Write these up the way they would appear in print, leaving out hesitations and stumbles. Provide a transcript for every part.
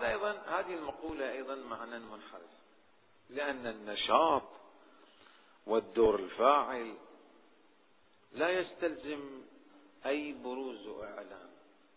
وهذا أيضا هذه المقولة أيضا معنى منحرف، لأن النشاط والدور الفاعل لا يستلزم أي بروز وإعلان.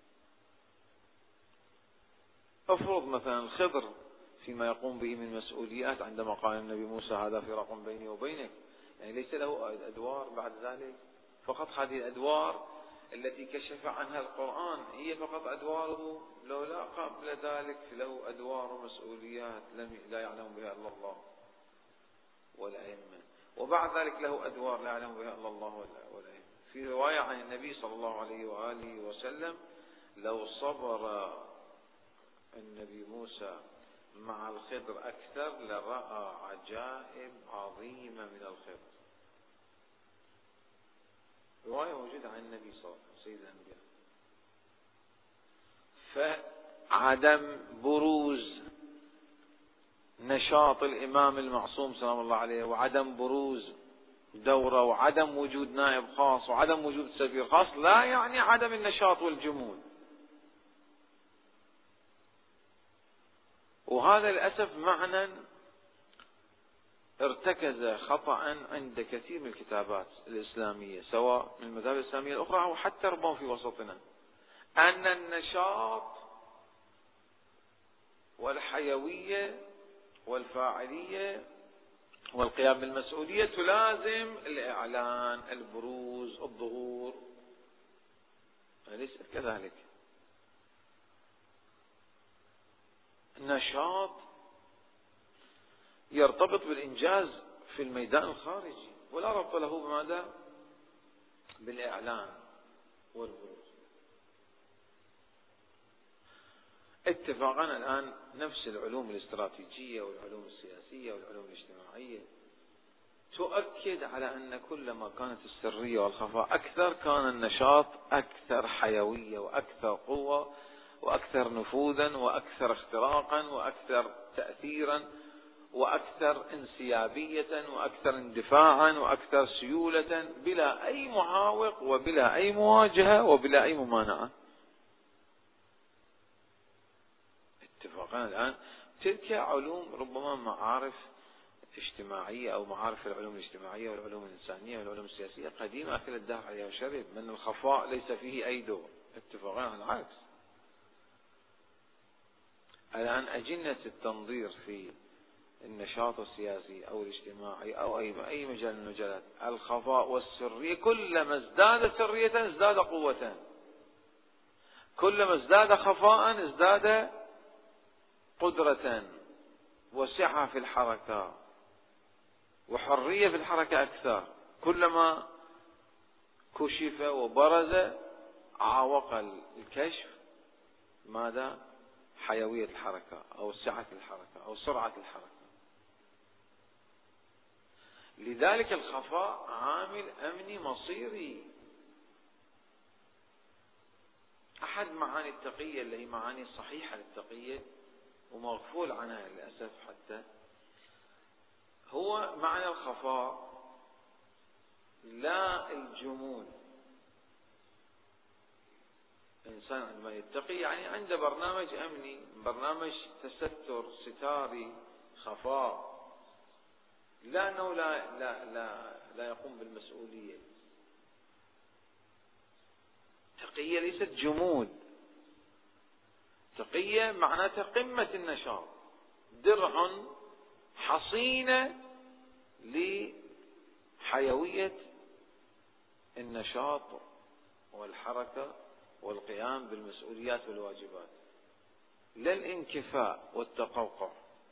افرض مثلا الخضر فيما يقوم به من مسؤوليات، عندما قال النبي موسى هذا فراق بيني وبينك، يعني ليس له أدوار بعد ذلك، فقط هذه الأدوار التي كشف عنها القرآن هي فقط أدواره، لولا قبل ذلك له أدوار ومسؤوليات لا يعلم بها إلا الله والأئمة، وبعد ذلك له أدوار لا يعلم بها إلا الله والأئمة. في رواية عن النبي صلى الله عليه وآله وسلم: لو صبر النبي موسى مع الخضر أكثر لرأى عجائب عظيمة من الخضر. رواية موجودة عن النبي صلى الله عليه وسلم سيد الأنبياء. فعدم بروز نشاط الإمام المعصوم سلام الله عليه، وعدم بروز دوره، وعدم وجود نائب خاص، وعدم وجود سفير خاص، لا يعني عدم النشاط والجمود. وهذا للأسف معنى ارتكز خطأ عند كثير من الكتابات الإسلامية، سواء من المذاهب الإسلامية الأخرى أو حتى ربما في وسطنا، أن النشاط والحيوية والفاعلية والقيام بالمسؤولية تلازم الإعلان، البروز، الظهور. ليس كذلك. النشاط يرتبط بالإنجاز في الميدان الخارجي، ولا ربط له بماذا؟ بالإعلان والبروز. اتفاقا الآن نفس العلوم الاستراتيجية والعلوم السياسية والعلوم الاجتماعية تؤكد على أن كلما كانت السرية والخفاء أكثر، كان النشاط أكثر حيوية وأكثر قوة وأكثر نفوذا وأكثر اختراقا وأكثر تأثيرا وأكثر انسيابية وأكثر اندفاعا وأكثر سيولة، بلا أي معاوق وبلا أي مواجهة وبلا أي ممانعة. اتفاقا الآن تلك علوم ربما معارف اجتماعية أو معارف العلوم الاجتماعية والعلوم الإنسانية والعلوم السياسية قديمة أكل الدهر عليها وشرب، من الخفاء ليس فيه أي دور. اتفاقا على العكس. الآن أجنة التنظير في النشاط السياسي أو الاجتماعي أو أي مجال من المجالات، الخفاء والسرية، كلما ازداد سرية ازداد قوة، كلما ازداد خفاء ازداد قدرة وسعة في الحركة وحرية في الحركة أكثر. كلما كشف وبرز عاوق الكشف ماذا؟ حيوية الحركة أو سعة الحركة أو سرعة الحركة. لذلك الخفاء عامل أمني مصيري. أحد معاني التقية اللي هي معاني صحيحة للتقية ومغفول عنها للأسف حتى، هو معنى الخفاء لا الجمود. الإنسان عندما يتقي يعني عنده برنامج أمني، برنامج تستر ستاري، خفاء، لا أنه لا يقوم بالمسؤولية. تقية ليست جمود، تقية معناتها قمة النشاط، درع حصينة لحيوية النشاط والحركة والقيام بالمسؤوليات والواجبات، لا الانكفاء والتقوقع.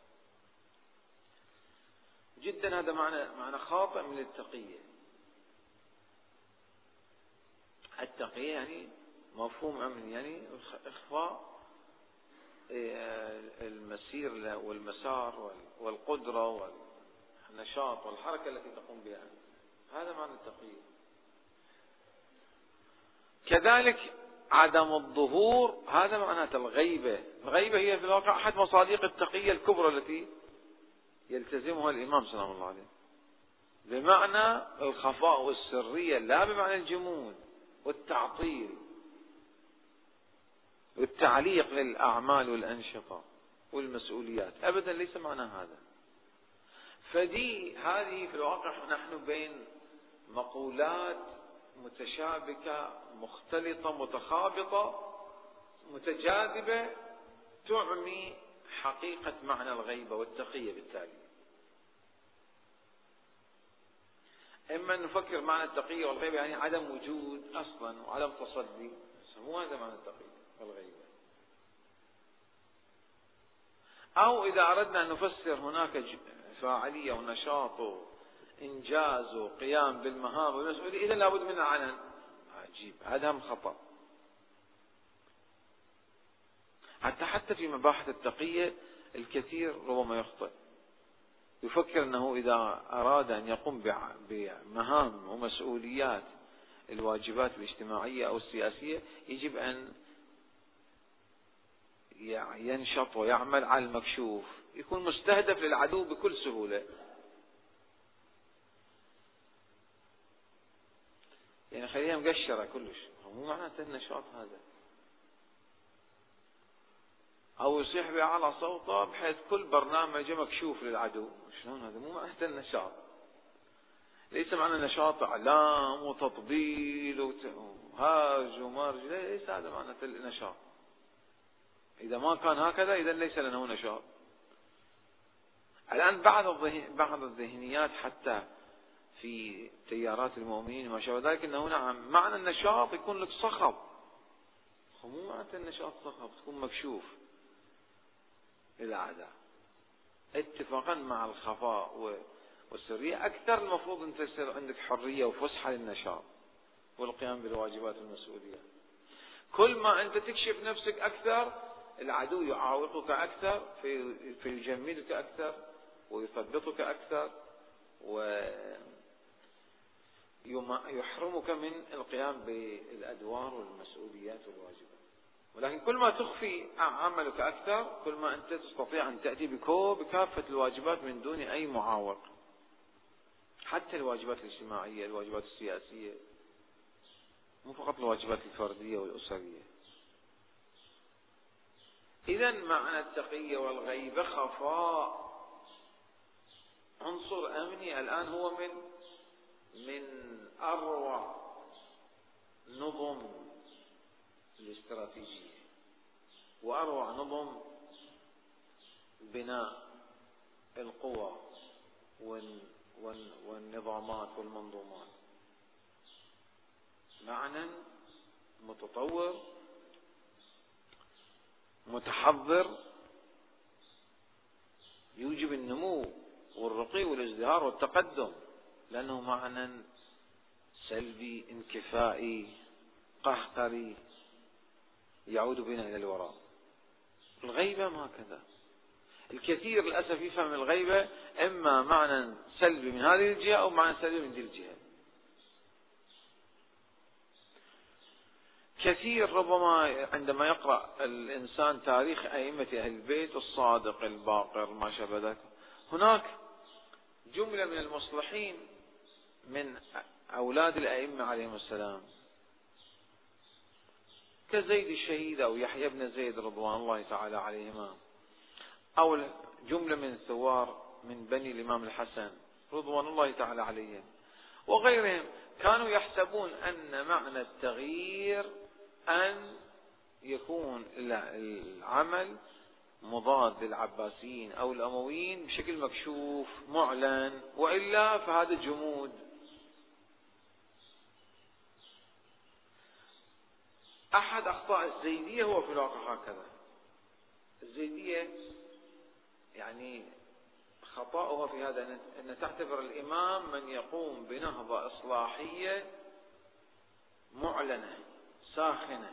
جدا هذا معنى خاطئ من التقية. التقية يعني مفهوم أمني، يعني إخفاء المسير والمسار والقدرة والنشاط والحركة التي تقوم بها، هذا معنى التقية. كذلك عدم الظهور هذا معناته الغيبة. الغيبة هي في الواقع أحد مصادق التقية الكبرى التي يلتزمها الإمام سلام الله عليه، بمعنى الخفاء والسرية، لا بمعنى الجمود والتعطيل والتعليق للأعمال والأنشطة. والمسؤوليات، أبدا ليس معنى هذا. هذه في الواقع نحن بين مقولات متشابكة مختلطة متخابطة متجاذبة تعمي حقيقة معنى الغيبة والتقية. بالتالي إما نفكر معنى التقية والغيبة يعني عدم وجود أصلا وعدم تصدي، مو هذا معنى التقية والغيبة. أو إذا أردنا أن نفسر هناك فاعلية ونشاط وإنجاز وقيام بالمهام والمسؤولية، إذا لابد من العنان. عجيب، هذا هم خطأ. حتى في مباحث التقية الكثير ربما يخطئ، يفكر أنه إذا أراد أن يقوم بمهام ومسؤوليات الواجبات الاجتماعية أو السياسية يجب أن ينشط ويعمل على المكشوف، يكون مستهدف للعدو بكل سهولة. يعني خليها مقشرة كلش، مو معناته النشاط هذا. أو يصيح بأعلى صوته بحيث كل برنامج مكشوف للعدو. شلون هذا؟ مو معناته النشاط. ليس معنى النشاط إعلام وتطبيل وهاج ومرج، ليس هذا معنى النشاط. إذا ما كان هكذا إذا ليس لنا نشاط. الآن بعض الذهنيات حتى في تيارات المؤمنين وما شابه ذلك أنه نعم معنى النشاط يكون لك صخب. مو معنى النشاط صخب، تكون مكشوف للأعداء. اتفاقا مع الخفاء والسرية أكثر المفروض أن تصير عندك حرية وفسحة للنشاط والقيام بالواجبات والمسؤوليات. كل ما أنت تكشف نفسك أكثر العدو يعاوقك أكثر فيجمدك أكثر ويثبطك أكثر ويحرمك من القيام بالأدوار والمسؤوليات والواجبات. ولكن كل ما تخفي عملك أكثر كل ما أنت تستطيع أن تأتي بكافة الواجبات من دون أي معاوق، حتى الواجبات الاجتماعية، الواجبات السياسية، مو فقط الواجبات الفردية والأسرية. إذا معنى التقية والغيبة خفاء، عنصر أمني الآن هو من أروع نظم الاستراتيجية وأروع نظم بناء القوى والنظامات والمنظومات. معنى متطور متحضر يوجب النمو والرقي والازدهار والتقدم، لأنه معنى سلبي انكفائي قهقري يعود بنا إلى الوراء. الغيبة ما كذا. الكثير للأسف يفهم الغيبة إما معنى سلبي من هذه الجهة أو معنى سلبي من هذه الجهة. كثير ربما عندما يقرأ الإنسان تاريخ أئمة أهل البيت الصادق الباقر ما شابه ذلك، هناك جملة من المصلحين من أولاد الأئمة عليهم السلام كزيد الشهيد أو يحيى بن زيد رضوان الله تعالى عليهما، أو جملة من الثوار من بني الإمام الحسن رضوان الله تعالى عليهم وغيرهم، كانوا يحسبون أن معنى التغيير أن يكون العمل مضاد للعباسيين أو الأمويين بشكل مكشوف معلن، وإلا فهذا جمود. أحد أخطاء الزيدية هو في الواقع هكذا. الزيدية يعني خطأها في هذا أن تعتبر الإمام من يقوم بنهضة إصلاحية معلنة ساخنة،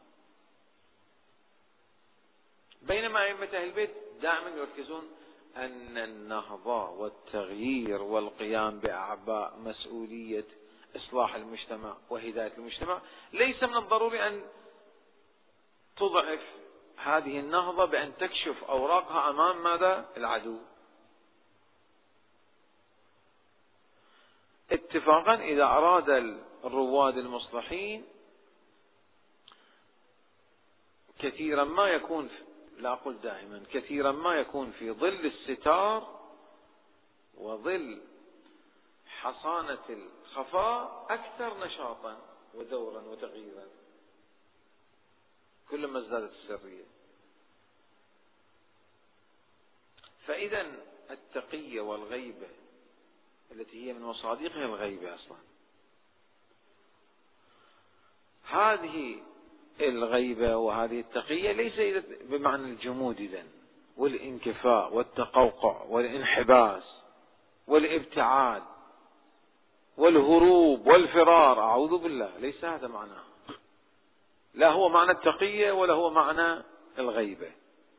بينما أئمة أهل البيت دائما يركزون أن النهضة والتغيير والقيام بأعباء مسؤولية إصلاح المجتمع وهداية المجتمع ليس من الضروري أن تضعف هذه النهضة بأن تكشف أوراقها أمام ماذا؟ العدو. اتفاقا إذا أراد الرواد المصلحين كثيرا ما يكون لا أقول دائما، كثيرا ما يكون في ظل الستار وظل حصانة الخفاء أكثر نشاطا ودورا وتغييرا كلما ازدادت السرية. فإذا التقية والغيبة التي هي من مصادقها الغيبة أصلا، هذه الغيبة وهذه التقية ليس بمعنى الجمود إذن والانكفاء والتقوقع والانحباس والابتعاد والهروب والفرار، أعوذ بالله، ليس هذا معناه. لا هو معنى التقية ولا هو معنى الغيبة،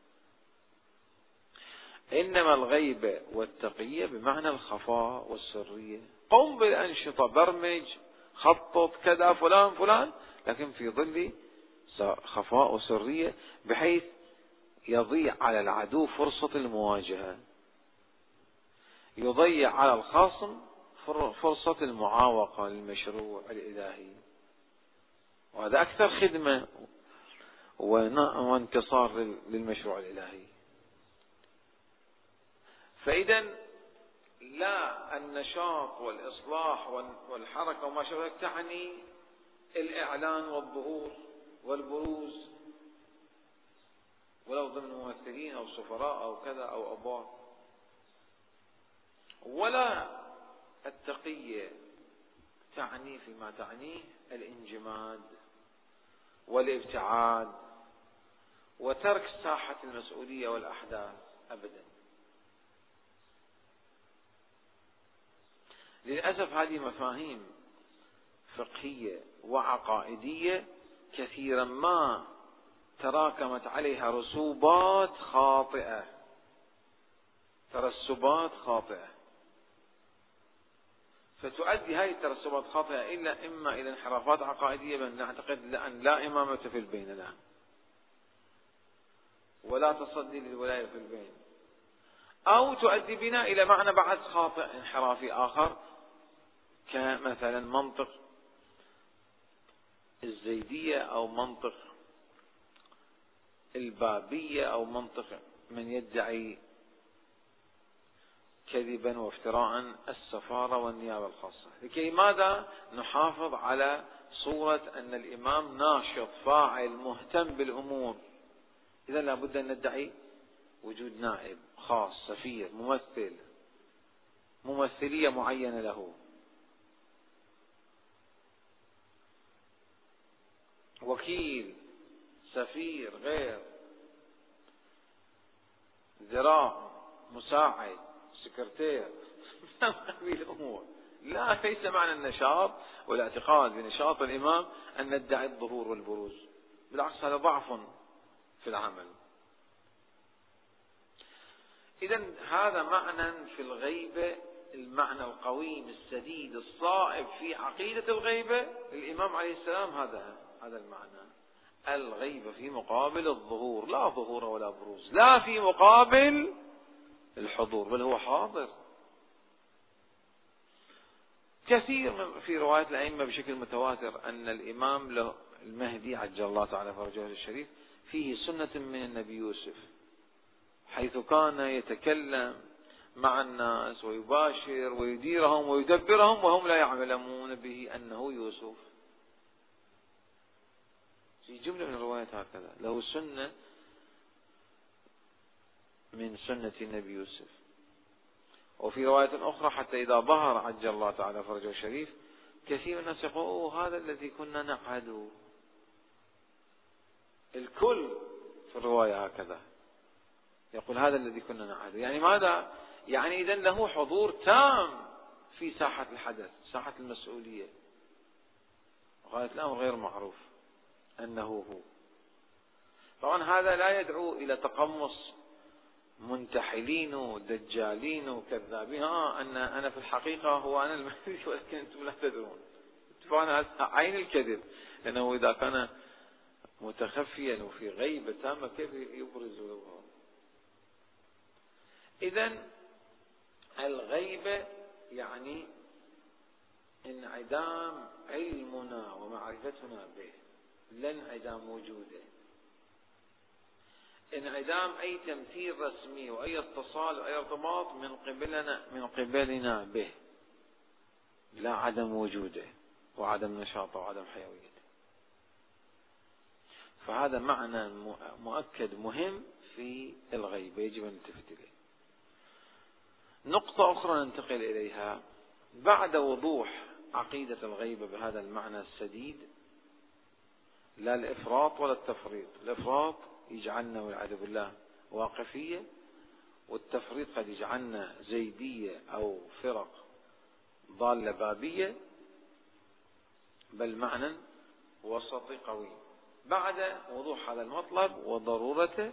إنما الغيبة والتقية بمعنى الخفاء والسرية. قم بالأنشطة، برمج، خطط، كذا، فلان فلان، لكن في ظل خفاء وسرية بحيث يضيع على العدو فرصة المواجهة، يضيع على الخصم فرصة المعاوقة للمشروع الإلهي، وهذا أكثر خدمة وانتصار للمشروع الإلهي. فإذا لا النشاط والإصلاح والحركة وما شابه تعني الإعلان والظهور والبروز ولو ضمن ممثلين أو سفراء أو كذا أو أبواب، ولا التقية تعني فيما تعنيه الانجماد والابتعاد وترك ساحة المسؤولية والأحداث أبدا. للأسف هذه مفاهيم فقهية وعقائدية كثيرا ما تراكمت عليها رسوبات خاطئة، ترسبات خاطئة، فتؤدي هذه الترسبات الخاطئة إما إلى انحرافات عقائدية، بل نعتقد أن لا إمامة في البين الآن ولا تصدي للولاية في البين، أو تؤدي بنا إلى معنى بعد خاطئ انحرافي آخر، كمثلا منطق الزيدية أو منطق البابية أو منطق من يدعي كذبا وافتراء السفارة والنيابة الخاصة. لكي ماذا؟ نحافظ على صورة أن الإمام ناشط فاعل مهتم بالأمور. إذا لابد أن ندعي وجود نائب خاص، سفير، ممثلية معينة له، وكيل، سفير، غير، ذراع، مساعد، سكرتير، هذه الأمور. لا، ليس معنى النشاط والاعتقاد بنشاط الإمام أن ندعي الظهور والبروز، بالعكس هذا ضعف في العمل. إذن هذا معنى في الغيبة، المعنى القويم السديد الصائب في عقيدة الغيبة للإمام عليه السلام، هذا المعنى. الغيبة في مقابل الظهور، لا ظهور ولا بروز، لا في مقابل الحضور، بل هو حاضر. كثير في رواية الأئمة بشكل متواتر أن الإمام له المهدي عجل الله تعالى فرجه الشريف فيه سنة من النبي يوسف، حيث كان يتكلم مع الناس ويباشر ويديرهم ويدبرهم وهم لا يعلمون به أنه يوسف. في جملة من الروايات هكذا، له سنة من سنة النبي يوسف. وفي رواية أخرى حتى إذا ظهر عجل الله تعالى فرجه الشريف كثير من الناس يقول هذا الذي كنا نعهد. الكل في الرواية هكذا يقول هذا الذي كنا نعهد. يعني ماذا؟ يعني إذن له حضور تام في ساحة الحدث، ساحة المسؤولية، وغاية الأمر غير معروف أنه هو. طبعا هذا لا يدعو إلى تقمص منتحلين ودجالين وكذابين، أنا في الحقيقة هو أنا المهدي ولكن أنتم لا تدرون. فأنا عين الكذب، لأنه إذا كان متخفيا وفي غيبة تامة كيف يبرز ويظهر؟ إذن الغيبة يعني انعدام علمنا ومعرفتنا به، لا انعدام وجوده. انعدام أي تمثيل رسمي وأي اتصال وأي ارتباط من قبلنا به، لا عدم وجوده وعدم نشاطه وعدم حيويته. فهذا معنى مؤكد مهم في الغيب يجب أن نلتفت إليه. نقطة أخرى ننتقل إليها بعد وضوح عقيدة الغيب بهذا المعنى السديد، لا الإفراط ولا التفريط. الإفراط يجعلنا والعياذ بالله واقفية، والتفريط قد يجعلنا زيدية أو فرق ضالة بابية، بل معنى وسطي قوي. بعد وضوح هذا المطلب وضرورته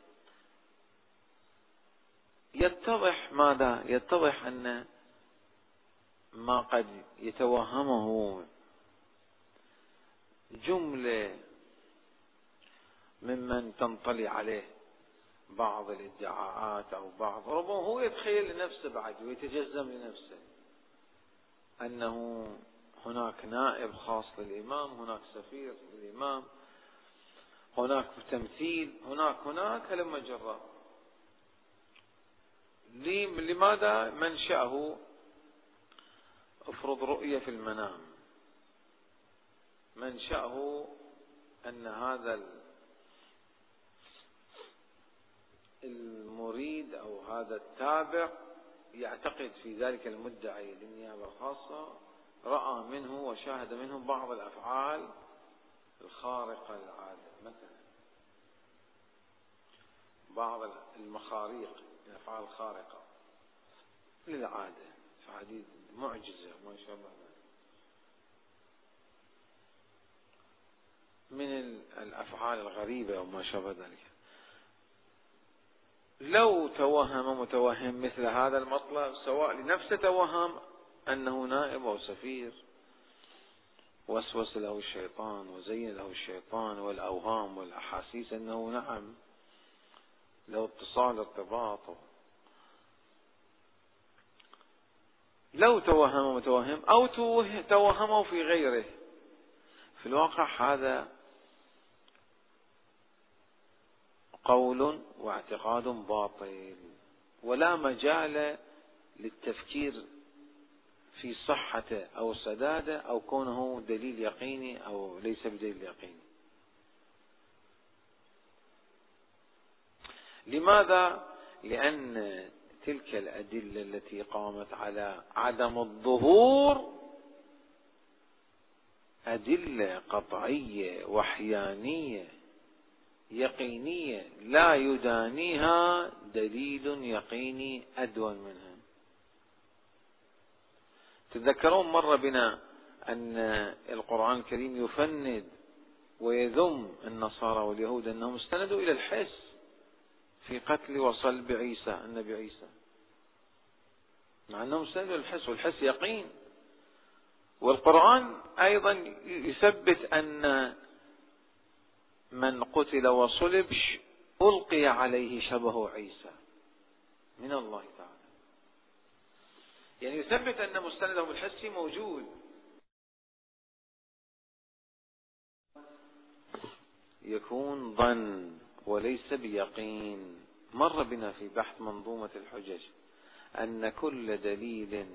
يتضح ماذا؟ يتضح أن ما قد يتوهمه جملة ممن تنطلي عليه بعض الادعاءات أو بعض، ربما هو يتخيل لنفسه بعد ويتجزم لنفسه أنه هناك نائب خاص للإمام، هناك سفير للإمام، هناك تمثيل، هناك هلم جرا. لماذا منشأه؟ افرض رؤية في المنام، منشأه أن هذا المريد أو هذا التابع يعتقد في ذلك المدعي للنيابة الخاصة رأى منه وشاهد منه بعض الأفعال الخارقة للعادة، مثلا بعض المخاريق، الأفعال الخارقة للعادة، فهذه معجزة ما شابه ذلك من الأفعال الغريبة وما شابه ذلك. لو توهم متوهم مثل هذا المطلب، سواء لنفسه توهم أنه نائب أو سفير، وسوس له الشيطان وزين له الشيطان والأوهام والأحاسيس أنه نعم له اتصال ارتباط، لو توهم متوهم أو توهمه في غيره، في الواقع هذا قول واعتقاد باطل، ولا مجال للتفكير في صحته أو سداده أو كونه دليل يقيني أو ليس بدليل يقيني. لماذا؟ لأن تلك الأدلة التي قامت على عدم الظهور أدلة قطعية وحيانية يقينية لا يدانيها دليل يقيني أدون منها. تذكرون مر بنا أن القرآن الكريم يفند ويذم النصارى واليهود أنهم استندوا إلى الحس في قتل وصلب عيسى النبي عيسى، مع أنهم استندوا إلى الحس، والحس يقين. والقرآن أيضا يثبت أن من قتل وصلب ألقي عليه شبه عيسى من الله تعالى، يعني يثبت أن مستندهم الحسي موجود. يكون ظن وليس بيقين. مر بنا في بحث منظومة الحجج أن كل دليل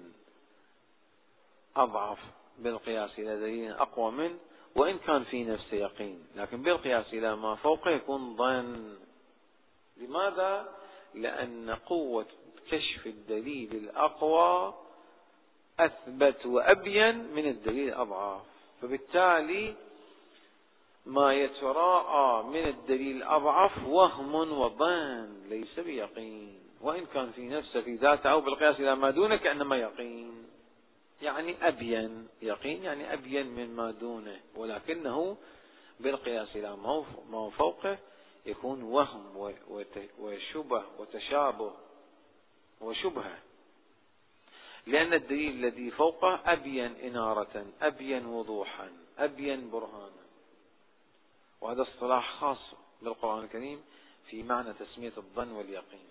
أضعف بالقياس إلى دليل أقوى منه، وإن كان في نفسه يقين، لكن بالقياس إلى ما فوقه يكون ظن. لماذا؟ لأن قوة كشف الدليل الأقوى أثبت وأبين من الدليل الأضعف، فبالتالي ما يتراءى من الدليل الأضعف وهم وظن ليس بيقين، وإن كان في نفسه في ذاته أو بالقياس إلى ما دونه كأنما يقين، يعني أبين. يقين يعني أبين من ما دونه، ولكنه بالقياس إلى ما فوقه يكون وهم وشبه وتشابه وشبهة، لأن الدليل الذي فوقه أبين إنارة، أبين وضوحا، أبين برهانا. وهذا اصطلاح خاص بالقرآن الكريم في معنى تسمية الظن واليقين.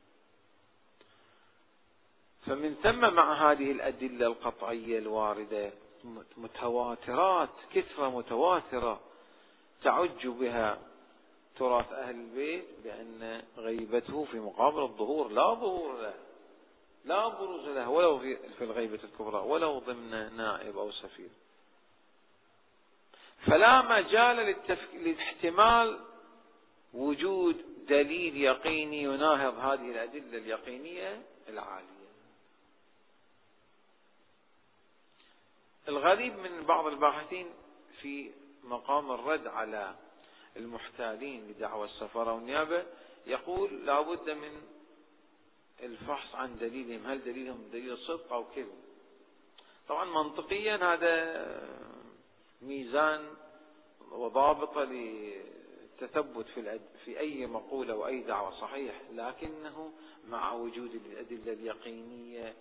فمن ثم مع هذه الأدلة القطعية الواردة متواترات، كثرة متواترة تعج بها تراث أهل البيت بأن غيبته في مقابل الظهور لا ظهور له، لا بروز له، ولو في الغيبة الكبرى، ولو ضمن نائب أو سفير. فلا مجال لاحتمال وجود دليل يقيني يناهض هذه الأدلة اليقينية العالية. الغريب من بعض الباحثين في مقام الرد على المحتالين بدعوى السفارة والنيابة يقول لا بد من الفحص عن دليلهم، هل دليلهم دليل صدق أو كذب. طبعا منطقيا هذا ميزان وضابطة للتثبت في أي مقولة وأي دعوة صحيح، لكنه مع وجود الأدلة اليقينية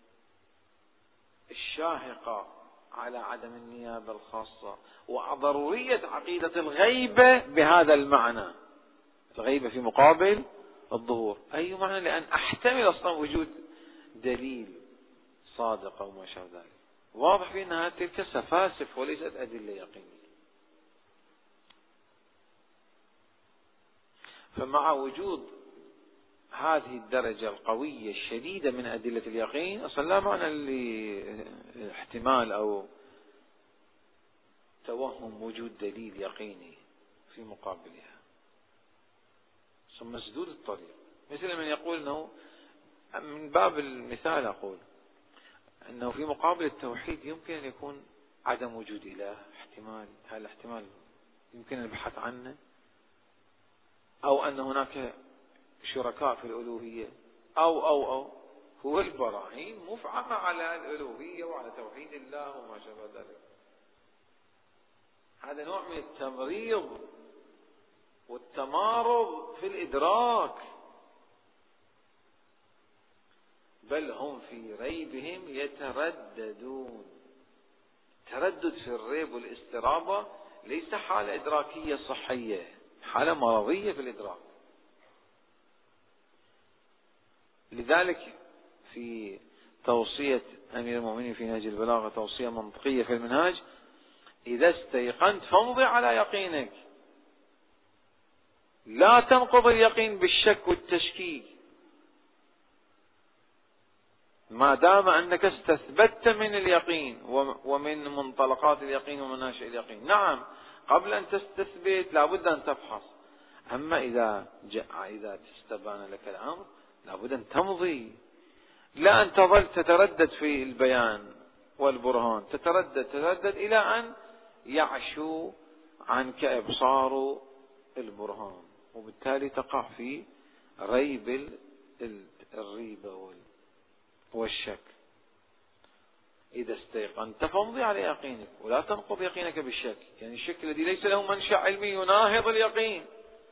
الشاهقة على عدم النيابة الخاصة وضرورية عقيدة الغيبة بهذا المعنى، الغيبة في مقابل الظهور. أي معنى؟ لأن أحتمل أصلا وجود دليل صادق أو ما شابه ذلك. واضح في أنها تلك سفاسف وليست أدلة يقينية. فمع وجود هذه الدرجة القوية الشديدة من أدلة اليقين أصلا لا معنى لاحتمال أو توهم وجود دليل يقيني في مقابلها، ثم مسدود الطريق. مثل من يقول أنه من باب المثال أقول أنه في مقابل التوحيد يمكن أن يكون عدم وجود إله، احتمال، هذا الاحتمال يمكن البحث عنه، أو أن هناك شركاء في الألوهية أو هو البراهين مفعمة على الألوهية وعلى توحيد الله وما شابه ذلك. هذا نوع من التمريض والتمارض في الإدراك، بل هم في ريبهم يترددون. تردد في الريب والاسترابة ليس حالة إدراكية صحية، حالة مرضية في الإدراك. لذلك في توصية أمير المؤمنين في نهج البلاغة توصية منطقية في المنهاج: إذا استيقنت فامضي على يقينك، لا تنقض اليقين بالشك والتشكيك ما دام أنك استثبت من اليقين ومن منطلقات اليقين ومناشئ اليقين. نعم، قبل أن تستثبت لابد أن تفحص، أما إذا استبان لك الأمر لابد أن تمضي، لا أن تظل تتردد في البيان والبرهان، تتردد إلى أن يعشو عنك إبصار البرهان، وبالتالي تقع في ريب الريبة والشك. إذا استيقنت فامضي على يقينك ولا تنقض يقينك بالشك، يعني الشك الذي ليس له منشأ علمي يناهض اليقين.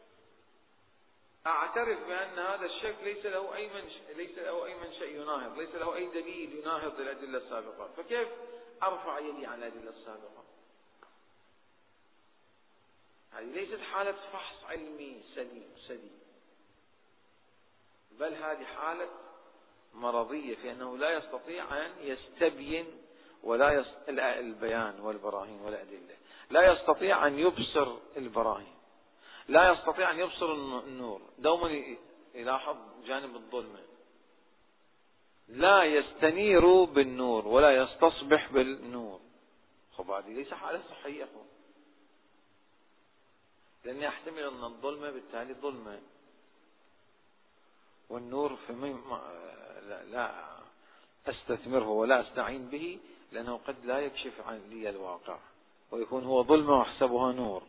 أعترف بأن هذا الشك ليس له أي منشأ يناهض، ليس له أي دليل يناهض الأدلة السابقة، فكيف أرفع يدي عن الأدلة السابقة؟ هذه ليست حالة فحص علمي سليم، بل هذه حالة مرضية في أنه لا يستطيع أن يستبين البيان والبراهين والأدلة، لا يستطيع أن يبصر البراهين، لا يستطيع أن يبصر النور. دوما يلاحظ جانب الظلمة، لا يستنير بالنور ولا يستصبح بالنور. خب هذه ليس حالة صحية، لأني أحتمل أن الظلمة بالتالي ظلمة، والنور لا أستثمره ولا أستعين به، لأنه قد لا يكشف عن لي الواقع ويكون هو ظلمة وأحسبها نور.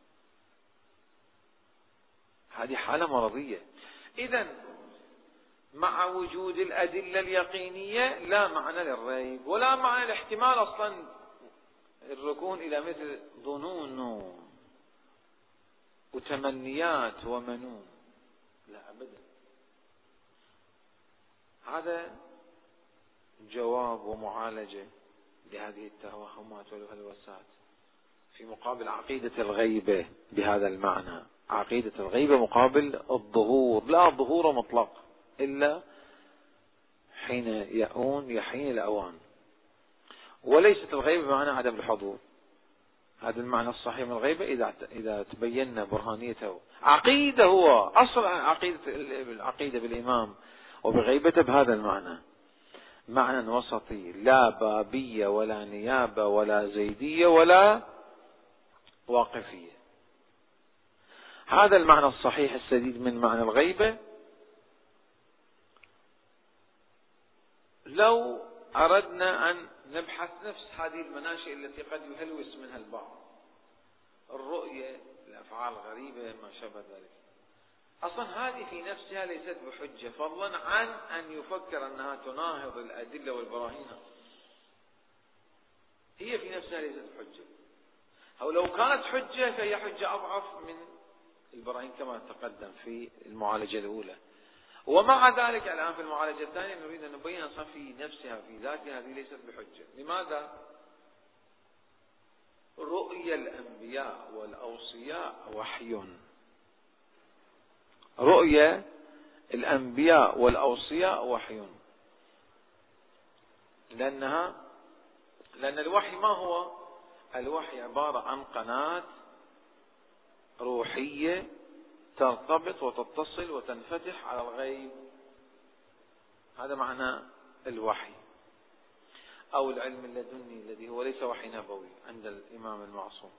هذه حالة مرضية. إذن مع وجود الأدلة اليقينية لا معنى للريب ولا معنى الاحتمال أصلا الركون إلى مثل ظنون وتمنيات ومنون، لا أبدا. هذا جواب ومعالجة لهذه التوهمات والهلوسات في مقابل عقيدة الغيبة بهذا المعنى. عقيدة الغيبة مقابل الظهور، لا ظهور مطلق إلا حين يحين الأوان، وليست الغيبة بمعنى عدم الحضور. هذا المعنى الصحيح من الغيبة إذا تبين برهانيته. عقيدة، هو أصل العقيدة بالإمام وبغيبته بهذا المعنى، معنى وسطي، لا بابية ولا نيابة ولا زيدية ولا واقفية. هذا المعنى الصحيح السديد من معنى الغيبة. لو أردنا أن نبحث نفس هذه المناشئ التي قد يهلوس منها البعض، الرؤية، الأفعال الغريبة، ما شابه ذلك، أصلا هذه في نفسها ليست بحجة، فضلا عن أن يفكر أنها تناهض الأدلة والبراهين. هي في نفسها ليست بحجة، أو لو كانت حجة فهي حجة أضعف من البراهين كما تقدم في المعالجة الأولى. ومع ذلك الآن في المعالجة الثانية نريد أن نبين أصلا في نفسها في ذاتها هذه ليست بحجة. لماذا؟ رؤيا الأنبياء والأوصياء وحي. رؤيا الأنبياء والأوصياء وحي، لأن الوحي ما هو؟ الوحي عبارة عن قناة روحية ترتبط وتتصل وتنفتح على الغيب. هذا معنى الوحي أو العلم اللدني الذي هو ليس وحي نبوي عند الإمام المعصوم.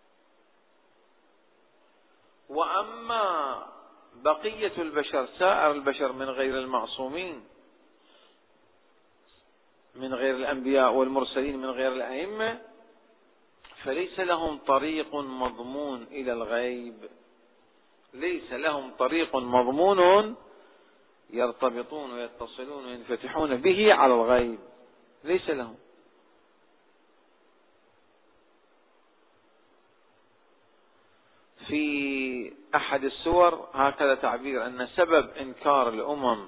وأما بقية البشر، سائر البشر من غير المعصومين، من غير الأنبياء والمرسلين، من غير الأئمة، فليس لهم طريق مضمون إلى الغيب، ليس لهم طريق مضمون يرتبطون ويتصلون وينفتحون به على الغيب، ليس لهم. في أحد السور هكذا تعبير أن سبب إنكار الأمم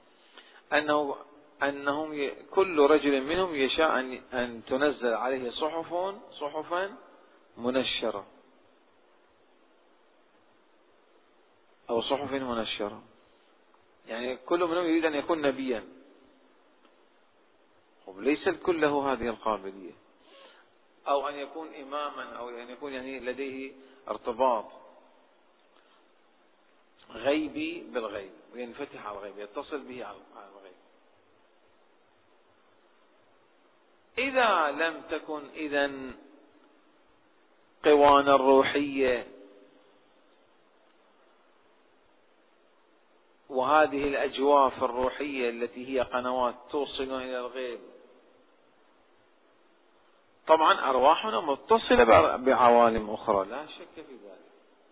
أنهم كل رجل منهم يشاء أن تنزل عليه صحفا منشرة أو صحف منشرة، يعني كل منهم يريد أن يكون نبيا، وليس الكل له هذه القابلية، أو أن يكون إماما، أو أن يكون يعني لديه ارتباط غيبي بالغيب وينفتح على الغيب، يتصل به على الغيب. إذا لم تكن إذن قوانا الروحية وهذه الأجواف الروحية التي هي قنوات توصلنا إلى الغيب، طبعا أرواحنا متصلة بعوالم أخرى لا شك في ذلك،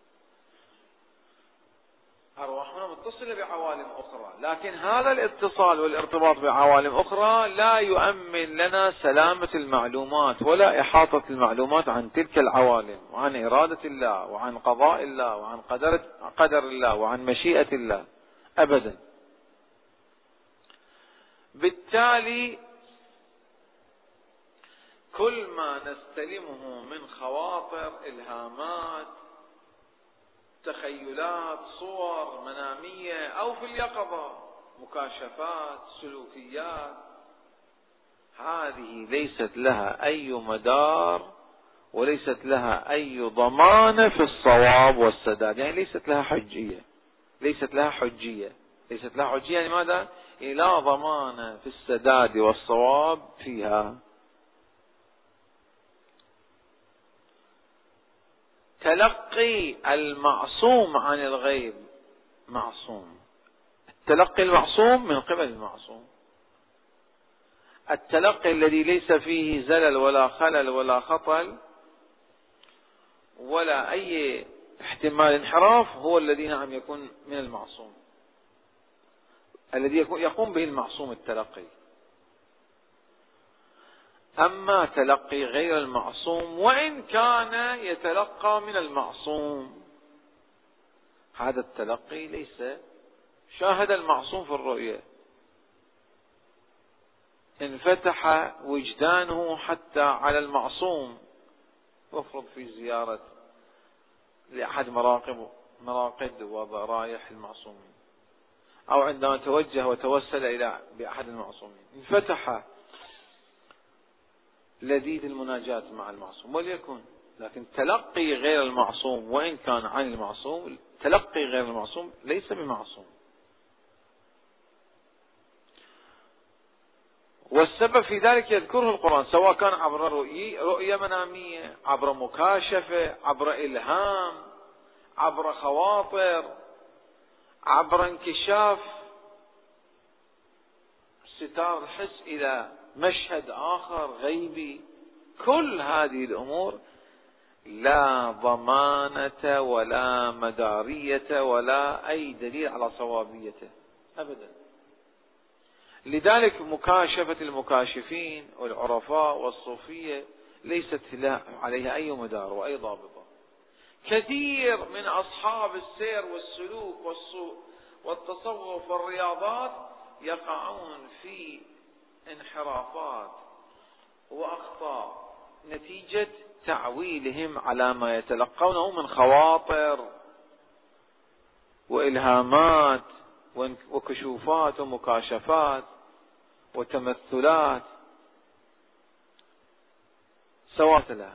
أرواحنا متصلة بعوالم أخرى، لكن هذا الاتصال والارتباط بعوالم أخرى لا يؤمن لنا سلامة المعلومات ولا إحاطة المعلومات عن تلك العوالم وعن إرادة الله وعن قضاء الله وعن قدر الله وعن مشيئة الله أبدا. بالتالي كل ما نستلمه من خواطر، إلهامات، تخيلات، صور منامية أو في اليقظة، مكاشفات، سلوكيات، هذه ليست لها أي مدار وليست لها أي ضمانة في الصواب والسداد، يعني ليست لها حجية، ليست لها حجية لماذا؟ لا ضمانة في السداد والصواب فيها. تلقي المعصوم عن الغيب معصوم، التلقي المعصوم من قبل المعصوم، التلقي الذي ليس فيه زلل ولا خلل ولا خطل ولا أي احتمال انحراف هو الذي نعم يكون من المعصوم، الذي يقوم به المعصوم التلقي. أما تلقي غير المعصوم وإن كان يتلقى من المعصوم، هذا التلقي ليس، شاهد المعصوم في الرؤية، انفتح وجدانه حتى على المعصوم، وافرض في زيارة لأحد مراقد وضرائح المعصومين، أو عندما توجه وتوسل إلى بأحد المعصومين، انفتح لذيذ المناجاة مع المعصوم، وليكن لكن تلقي غير المعصوم وإن كان عن المعصوم، تلقي غير المعصوم ليس بمعصوم. والسبب في ذلك يذكره القرآن، سواء كان عبر رؤية منامية، عبر مكاشفة، عبر إلهام، عبر خواطر، عبر انكشاف ستار الحس إلى مشهد آخر غيبي. كل هذه الأمور لا ضمانة ولا مدارية ولا أي دليل على صوابيته أبدا. لذلك مكاشفة المكاشفين والعرفاء والصوفية ليست عليها أي مدار وأي ضابطة. كثير من أصحاب السير والسلوك والتصوف والرياضات يقعون في انحرافات وأخطاء نتيجة تعويلهم على ما يتلقونه من خواطر وإلهامات وكشوفات ومكاشفات وتمثلات سواء لها.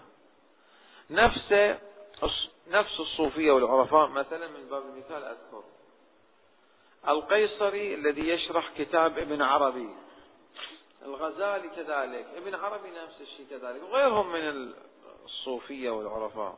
نفس الصوفية والعرفاء مثلا، من باب المثال أذكر القيصري الذي يشرح كتاب ابن عربي، الغزالي كذلك، ابن عربي نفس الشيء كذلك، وغيرهم من الصوفية والعرفاء،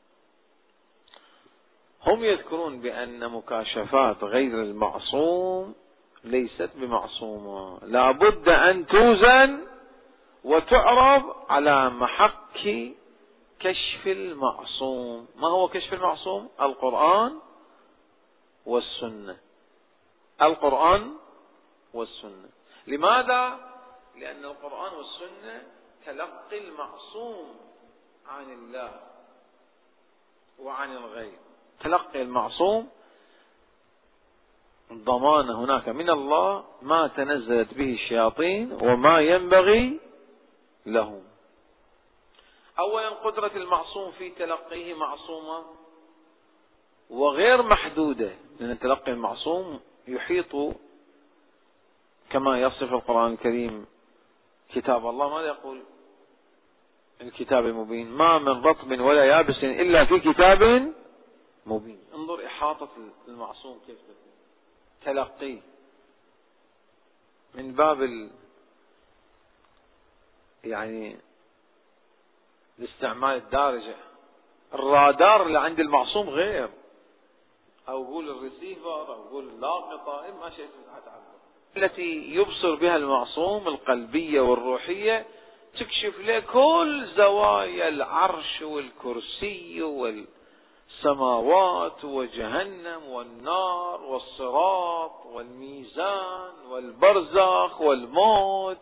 هم يذكرون بأن مكاشفات غير المعصوم ليست بمعصومة، لا بد أن توزن وتعرض على محك كشف المعصوم. ما هو كشف المعصوم؟ القرآن والسنة. القرآن والسنة. لماذا؟ لأن القرآن والسنة تلقي المعصوم عن الله وعن الغير، تلقي المعصوم ضمان هناك من الله ما تنزلت به الشياطين وما ينبغي لهم. أولا قدرة المعصوم في تلقيه معصومة وغير محدودة، لأن تلقي المعصوم يحيط كما يصف القرآن الكريم كتاب الله. ماذا يقول الكتاب المبين؟ ما من رطب ولا يابس إلا في كتاب مبين. انظر إحاطة المعصوم كيف تكون، تلقيه من باب يعني الاستعمال الدارجة. الرادار اللي عند المعصوم غير، أو قول الريسيفر، أو قول اللاقطة، إما شيء التي يبصر بها المعصوم القلبية والروحية تكشف له كل زوايا العرش والكرسي والسماوات وجهنم والنار والصراط والميزان والبرزخ والموت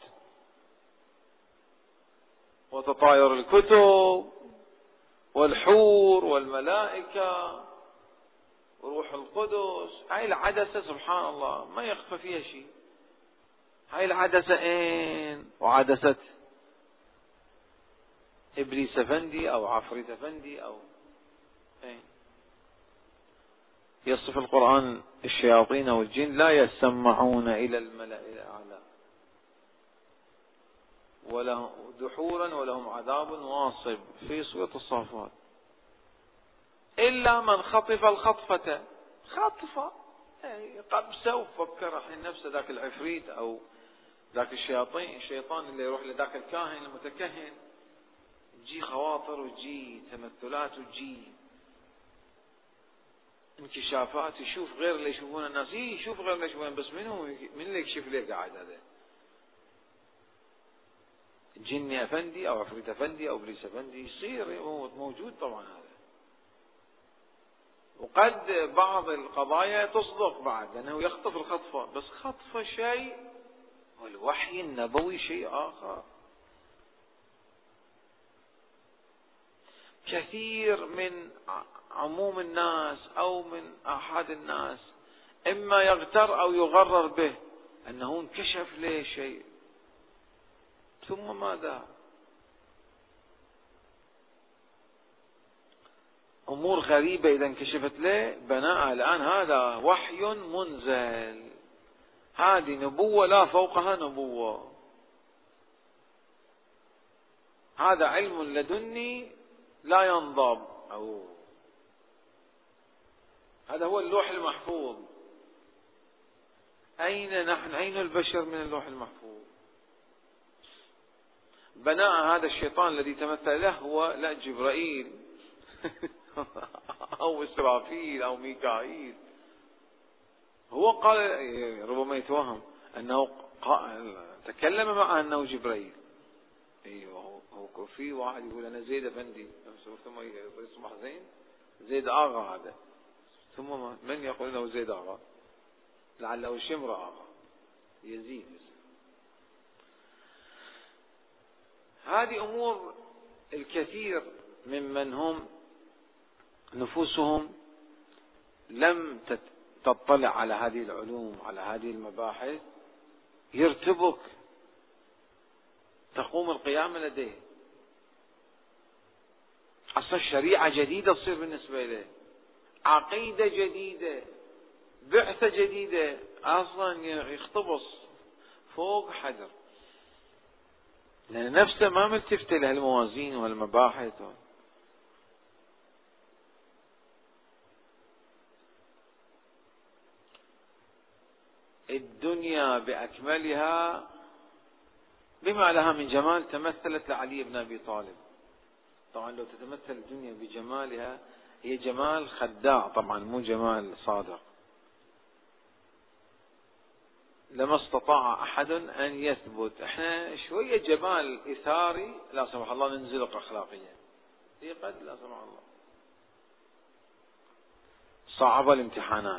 وتطاير الكتب والحور والملائكة وروح القدس. هاي العدسة سبحان الله ما يخفى فيها شيء. هاي العدسة وعدسة إبليس أفندي أو عفريت أفندي أو يصف القرآن الشياطين والجن لا يسمعون إلى الملأ الأعلى ولهم دحورا ولهم عذاب واصب في سورة الصافات، إلا من خطف الخطفة، خطفة قبسة وفكر الحين نفسه ذاك العفريت أو ذاك الشيطان اللي يروح لذاك الكاهن المتكهن، تجي خواطر وتجي تمثلات وتجي انكشافات، يشوف غير اللي يشوفون الناس، يشوف غير اللي يشوفون، بس من اللي يكشف ليه قاعد هذا؟ جني أفندي أو عفريت أفندي أو إبليس أفندي يصير موجود طبعا هذا. وقد بعض القضايا تصدق بعد لأنه يخطف الخطفة، بس خطفة شيء والوحي النبوي شيء آخر. كثير من عموم الناس أو من أحد الناس إما يغتر أو يغرر به أنه انكشف له شيء، ثم ماذا؟ أمور غريبة إذا انكشفت له بناء الآن هذا وحي منزل، هذه نبوة لا فوقها نبوة، هذا علم لدني لا ينضب. هذا هو اللوح المحفوظ. أين نحن؟ أين البشر من اللوح المحفوظ؟ بناء هذا الشيطان الذي تمثل له هو لا جبرائيل أو إسرافيل أو ميكائيل. هو قال، ربما يتوهم أنه تكلم معه أنه جبرائيل. أيوه، هو في واحد يقول أنا زيد أفندي، ثم يصبح زيد آغا. هذا ثم من يقول له زيد آغا؟ لعله شمر آغا، يزيد. هذه أمور الكثير ممن هم نفوسهم لم تطلع على هذه العلوم، على هذه المباحث، يرتبك، تقوم القيامة لديه. أصلا شريعة جديدة تصير بالنسبة له، عقيدة جديدة، بعثة جديدة، أصلا يختبص فوق حجر، لأن نفسه ما ملتفت له الموازين والمباحث. الدنيا بأكملها بما لها من جمال تمثلت لعلي بن أبي طالب. طبعا لو تتمثل الدنيا بجمالها، هي جمال خداع طبعا، مو جمال صادق. لما استطاع أحد أن يثبت. احنا شوية جمال إثاري لا سمح الله ننزلق أخلاقيا، هي قد لا سمح الله صعب الامتحانات،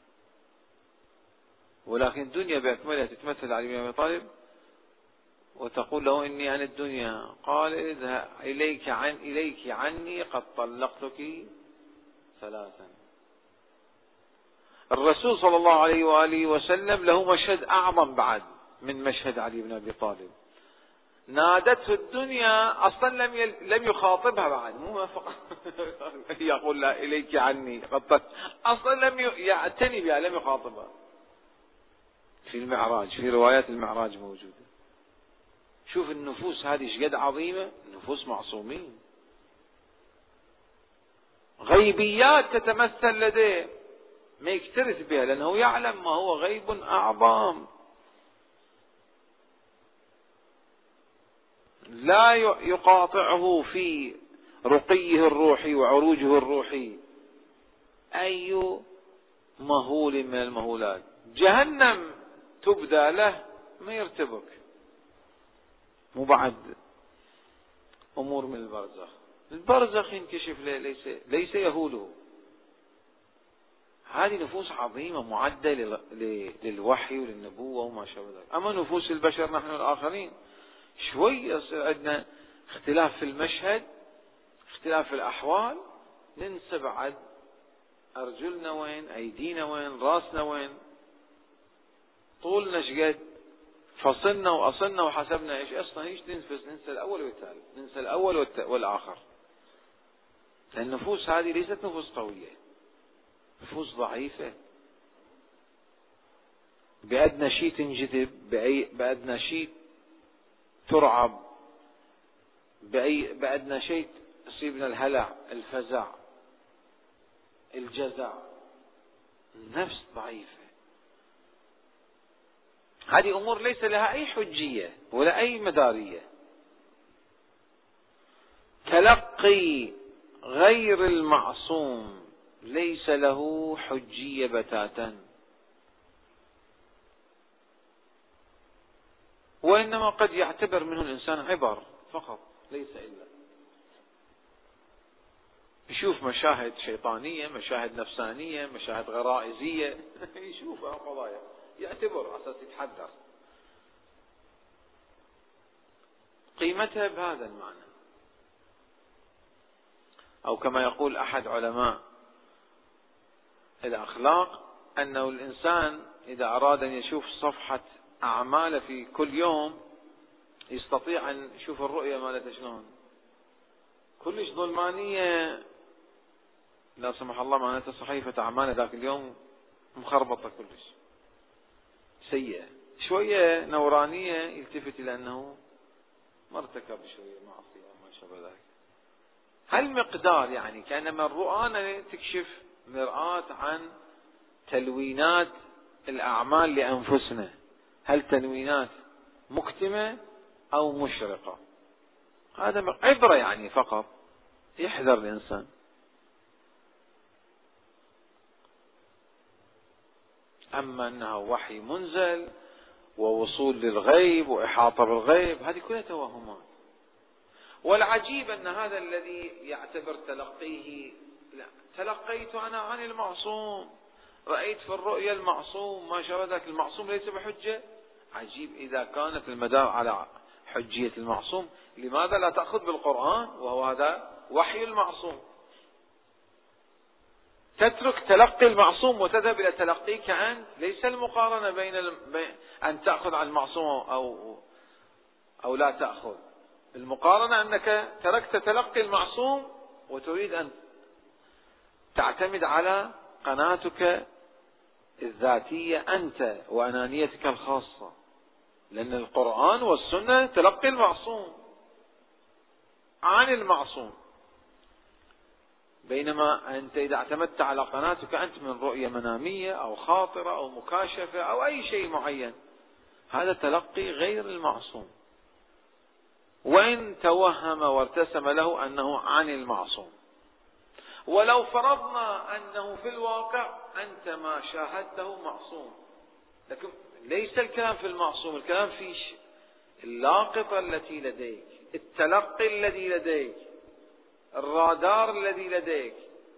ولكن الدنيا بأكملها تتمثل علي بن أبي طالب وتقول له إني عن الدنيا، قال اذهب إليك عني قد طلقتك ثلاثا. الرسول صلى الله عليه وآله وسلم له مشهد أعظم بعد من مشهد علي بن أبي طالب. نادته الدنيا، أصلا لم يخاطبها بعد، مو فقط يقول لا إليك عني قد، أصلا لم يعتني بها، لم يخاطبها. في المعراج، في روايات المعراج موجودة. شوف النفوس هذه ايش قد عظيمة، نفوس معصومين، غيبيات تتمثل لديه، ما يكترث بها لأنه يعلم ما هو غيب أعظم. لا يقاطعه في رقيه الروحي وعروجه الروحي أي مهول من المهولات. جهنم تبدى له ما يرتبك، مو بعد أمور من البرزخ ينكشف له، ليس يهوله. هذه نفوس عظيمة معدة للوحي وللنبوة وما شابه ذلك. أما نفوس البشر نحن الآخرين شوية يصير عندنا اختلاف في المشهد، اختلاف في الأحوال، ننسى بعد أرجلنا وين، أيدينا وين، راسنا وين، طولنا شقد، فصلنا وأصلنا وحسبنا ايش، اصلا ايش ننسى الأول والثالث، ننسى الأول والآخر. لأن النفوس هذه ليست نفوس قوية، نفوس ضعيفة، بأدنى شيء تنجذب، بأدنى شيء ترعب، بأدنى شيء يصيبنا الهلع، الفزع، الجزع. النفس ضعيفة. هذه أمور ليس لها أي حجية ولا أي مدارية. تلقي غير المعصوم ليس له حجية بتاتا، وإنما قد يعتبر منه الإنسان عبر فقط، ليس إلا يشوف مشاهد شيطانية، مشاهد نفسانية، مشاهد غرائزية يشوفها قضايا، يعتبر أساس يتحذر قيمتها بهذا المعنى. أو كما يقول أحد علماء الأخلاق أنه الإنسان إذا أراد أن يشوف صفحة أعماله في كل يوم يستطيع أن يشوف الرؤية مالته شلون، كلش ظلمانية لا سمح الله، معناته صحيفة أعماله ذاك اليوم مخربطة كلش سيئة. شوية نورانية يلتفت إلى أنه ما ارتكب شوية معصية ما شابه ذلك. هالمقدار يعني كأنما الرؤى تكشف مرآة عن تلوينات الأعمال لأنفسنا، هل تلوينات مكتمة أو مشرقة. هذا عبرة يعني فقط، يحذر الإنسان. أما أنه وحي منزل ووصول للغيب وإحاطة بالغيب، هذه كلها توهمات. والعجيب أن هذا الذي يعتبر تلقيه، لا، تلقيت أنا عن المعصوم، رأيت في الرؤيا المعصوم، ما شردك المعصوم ليس بحجة. عجيب، إذا كانت المدار على حجية المعصوم لماذا لا تأخذ بالقرآن وهو هذا وحي المعصوم؟ تترك تلقي المعصوم وتذهب إلى تلقيك أنت. ليس المقارنة بين أن تأخذ عن المعصوم أو لا تأخذ، المقارنة أنك تركت تلقي المعصوم وتريد أن تعتمد على قناتك الذاتية أنت وأنانيتك الخاصة، لأن القرآن والسنة تلقي المعصوم عن المعصوم. بينما أنت إذا اعتمدت على قناتك أنت من رؤية منامية أو خاطرة أو مكاشفة أو أي شيء معين، هذا تلقي غير المعصوم، وإن توهم وارتسم له أنه عن المعصوم. ولو فرضنا أنه في الواقع أنت ما شاهدته معصوم، لكن ليس الكلام في المعصوم، الكلام في اللاقطة التي لديك، التلقي الذي لديك، الرادار الذي لديك،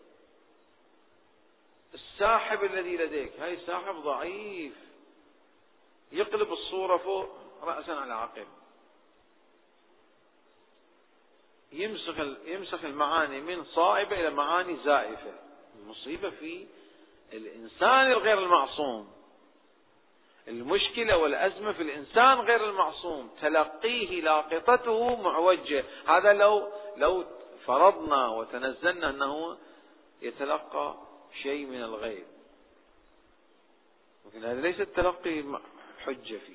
الساحب الذي لديك. هاي ساحب ضعيف يقلب الصورة فوق رأسا على عقب، يمسخ المعاني من صائبة إلى معاني زائفة. المصيبة في الإنسان الغير المعصوم، المشكلة والأزمة في الإنسان غير المعصوم، تلقيه لاقطته معوجة. هذا لو فرضنا وتنزلنا أنه يتلقى شيء من الغيب، لكن هذا ليس التلقي حجة فيه.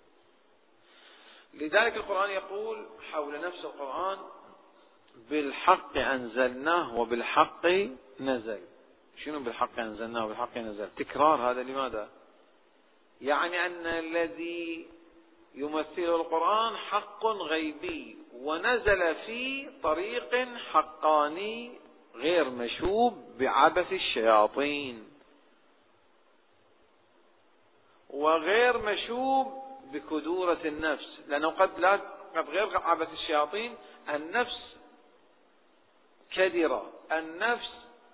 لذلك القرآن يقول حول نفس القرآن: بالحق أنزلناه وبالحق نزل. شنو بالحق أنزلناه وبالحق نزل؟ تكرار. هذا لماذا؟ يعني أن الذي يمثله القرآن حق غيبي ونزل في طريق حقاني غير مشوب بعبث الشياطين وغير مشوب بكدورة النفس، لأنه قد غير عبث الشياطين، النفس كدرة، النفس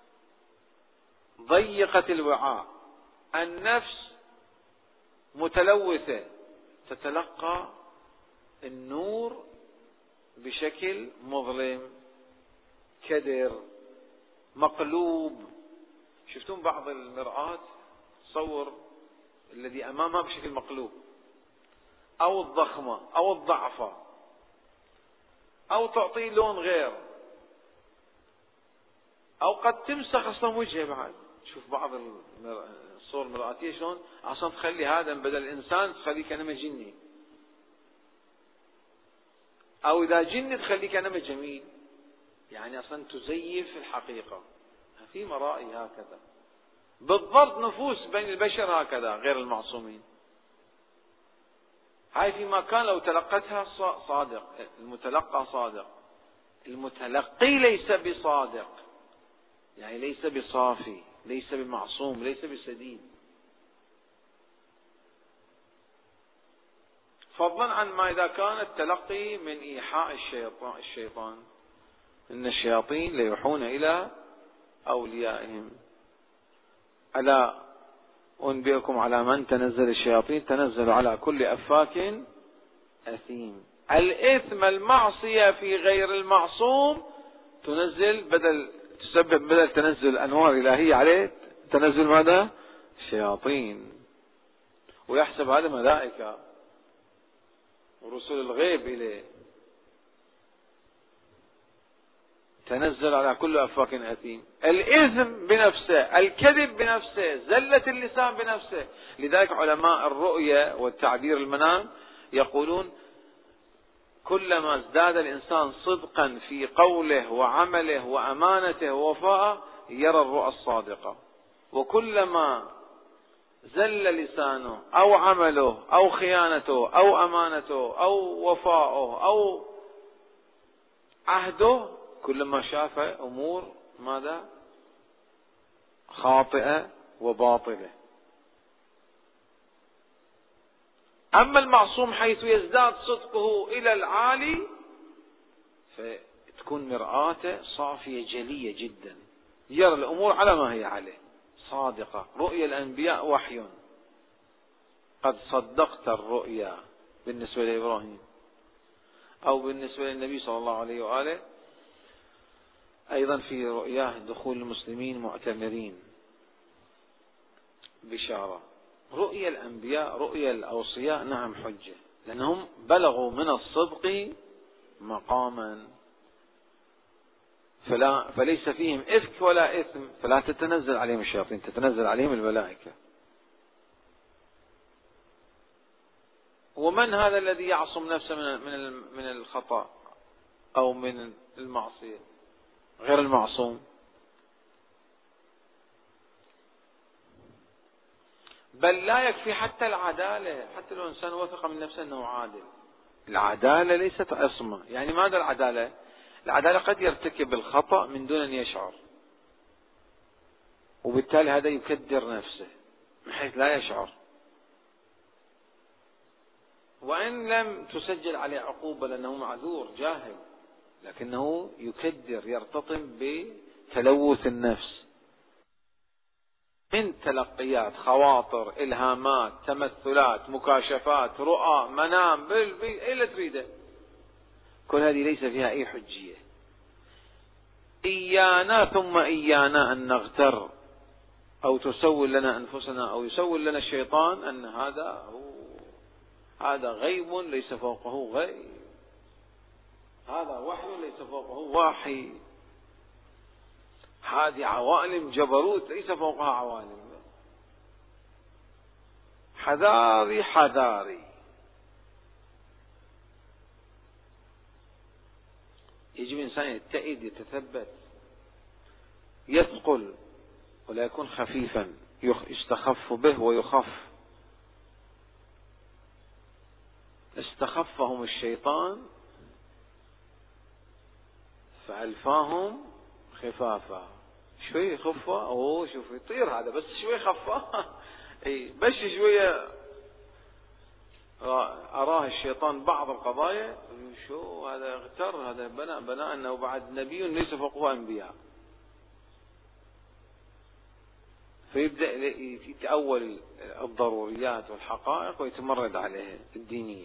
ضيقة الوعاء، النفس متلوثة، تتلقى النور بشكل مظلم، كدر، مقلوب. شفتون بعض المرآة تصور الذي أمامها بشكل مقلوب، أو الضخمة أو الضعفة، أو تعطيه لون غير، أو قد تمسخ أصلا وجهه بعد. شوف بعض الصور المرآتية شلون أصلا تخلي هذا بدل الإنسان تخليه كأنما جني، أو إذا جني تخليه كأنما جميل، يعني أصلا تزيف الحقيقة. في مرائي هكذا بالضبط. نفوس بين البشر هكذا غير المعصومين. هاي في مكان لو تلقتها صادق، المتلقى صادق، المتلقي ليس بصادق، يعني ليس بصافي، ليس بمعصوم، ليس بسديد. فضلا عن ما إذا كان التلقي من إيحاء الشيطان، إن الشياطين ليوحون إلى أوليائهم. ألا أنبئكم على من تنزل الشياطين؟ تنزل على كل أفاك أثيم. الإثم، المعصية في غير المعصوم تسبب بدل تنزل أنوار إلهية عليه تنزل ماذا؟ شياطين. ويحسب هذا ملائكة ورسل الغيب إليه. تنزل على كل أفاك أثيم. الإثم بنفسه، الكذب بنفسه، زلة اللسان بنفسه. لذلك علماء الرؤية والتعبير المنام يقولون كلما ازداد الإنسان صدقا في قوله وعمله وأمانته ووفاءه يرى الرؤى الصادقة، وكلما زل لسانه أو عمله أو خيانته أو أمانته أو وفاءه أو عهده كلما شاف أمور ماذا؟ خاطئة وباطلة. أما المعصوم حيث يزداد صدقه إلى العالي فتكون مرآته صافية جلية جدا، يرى الأمور على ما هي عليه صادقة. رؤيا الأنبياء وحي، قد صدقت الرؤيا بالنسبة لإبراهيم أو بالنسبة للنبي صلى الله عليه وآله، أيضا في رؤياه دخول المسلمين معتمرين بشارة. رؤيا الأنبياء رؤيا الأوصياء نعم حجة، لأنهم بلغوا من الصدق مقاما فليس فيهم إفك ولا إثم، فلا تتنزل عليهم الشياطين، تتنزل عليهم الملائكة. ومن هذا الذي يعصم نفسه من الخطأ أو من المعصية؟ غير المعصوم. بل لا يكفي حتى العدالة، حتى لو إنسان وثق من نفسه أنه عادل، العدالة ليست عصمة. يعني ماذا العدالة؟ العدالة قد يرتكب الخطأ من دون أن يشعر، وبالتالي هذا يكدر نفسه من حيث لا يشعر، وإن لم تسجل عليه عقوبة لأنه معذور جاهل، لكنه يكدر يرتطم بتلوث النفس من تلقيات خواطر إلهامات تمثلات مكاشفات رؤى منام إلا تريده. كل هذه ليس فيها أي حجية. إيانا ثم إيانا أن نغتر أو تسول لنا أنفسنا أو يسول لنا الشيطان أن هذا غيب ليس فوقه غيب، هذا وحي ليس فوقه وحي، هذه عوالم جبروت ليس فوقها عوالم. حذاري حذاري. يجب الإنسان يتئد يتثبت يثقل ولا يكون خفيفا يستخف به ويخف. استخفهم الشيطان فألفاهم خفافا. شوي خفة شوف يطير هذا، بس شوي خفة بس شوية أراه الشيطان بعض القضايا شو هذا اغتر، هذا بناء أنه بعد نبي ليس فوقه أنبياء، فيبدأ يتأول الضروريات والحقائق ويتمرد عليها الدينية.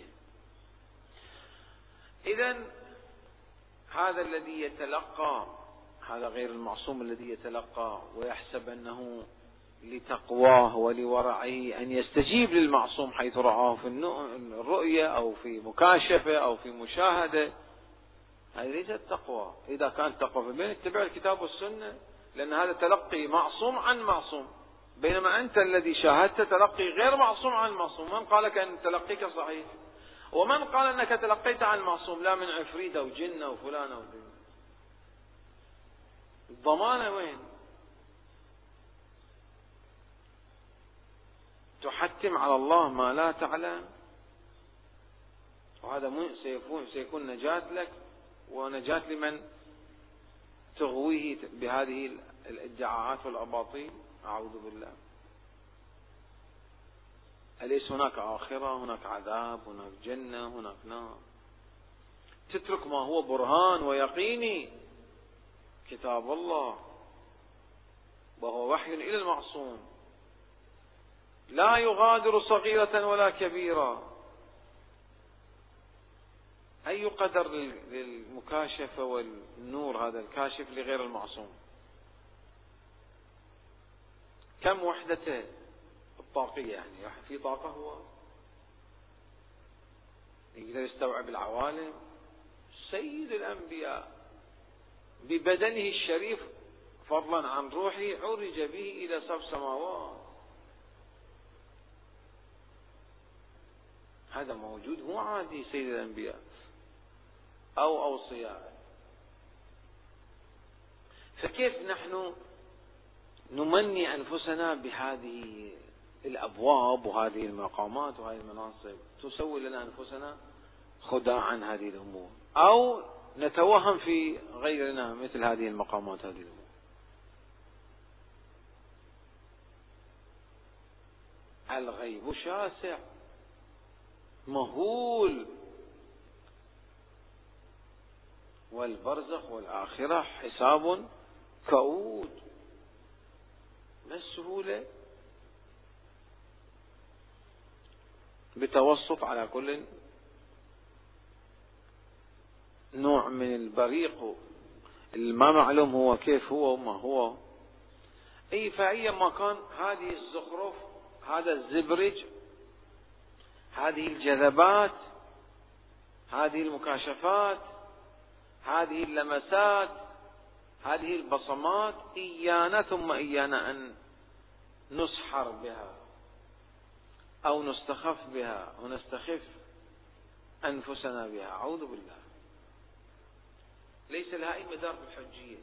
إذن هذا الذي يتلقى، هذا غير المعصوم الذي يتلقى ويحسب أنه لتقواه ولورعه أن يستجيب للمعصوم حيث رآه في الرؤية أو في مكاشفة أو في مشاهدة، هذه ليست تقوى. إذا كانت تقوى فبين اتباع الكتاب والسنة، لأن هذا تلقي معصوم عن معصوم، بينما أنت الذي شاهدت تلقي غير معصوم عن معصوم. من قالك أن تلقيك صحيح؟ ومن قال أنك تلقيت عن معصوم لا من عفريت أو جن أو فلان أو ذي؟ الضمانة وين؟ تحتم على الله ما لا تعلم، وهذا سيكون نجاة لك ونجاة لمن تغويه بهذه الادعاءات والأباطيل. أعوذ بالله. أليس هناك آخرة؟ هناك عذاب، هناك جنة، هناك نار. تترك ما هو برهان ويقيني كتاب الله وهو وحي إلى المعصوم، لا يغادر صغيرة ولا كبيرة. أي قدر للمكاشفة والنور هذا الكاشف لغير المعصوم؟ كم وحدته الطاقية؟ يعني في طاقة هو يقدر يستوعب العوالم. سيد الأنبياء ببدنه الشريف فضلا عن روحه عرج به إلى سبع سماوات. هذا موجود، مو عادي. سيد الأنبياء أو أوصيائه. فكيف نحن نمني أنفسنا بهذه الأبواب وهذه المقامات وهذه المناصب تسوي لنا أنفسنا خداعا هذه الأمور، أو نتوهم في غيرنا مثل هذه المقامات هذه الأمور. الغيب شاسع مهول، والبرزخ والآخرة حساب كؤود. ما السهولة؟ بتوسط على كل نوع من البريق اللي ما معلوم هو كيف هو وما هو. فأي مكان هذه الزخرف، هذا الزبرج، هذه الجذبات، هذه المكاشفات، هذه اللمسات، هذه البصمات، إيانا ثم إيانا أن نسحر بها أو نستخف بها ونستخف أنفسنا بها. أعوذ بالله. ليس لها أي مدار في الحجية.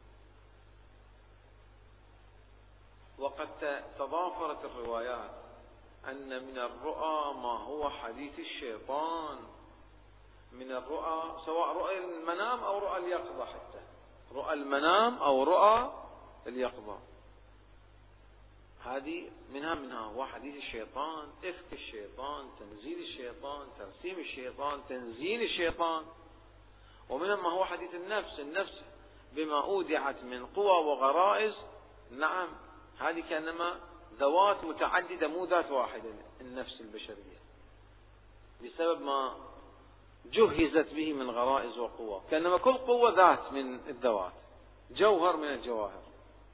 وقد تضافرت الروايات أن من الرؤى ما هو حديث الشيطان، من الرؤى سواء رؤى المنام أو رؤى اليقظة، حتى رؤى المنام أو رؤى اليقظة، هذه منها هو حديث الشيطان، إفك الشيطان، تنزيل الشيطان، ترسيم الشيطان، تنزيل الشيطان. ومنها ما هو حديث النفس بما أودعت من قوى وغرائز. نعم، هذه كأنما ذوات متعددة مو ذات واحدة. النفس البشرية بسبب ما جهزت به من غرائز وقوى، كأنما كل قوة ذات من الذوات، جوهر من الجواهر.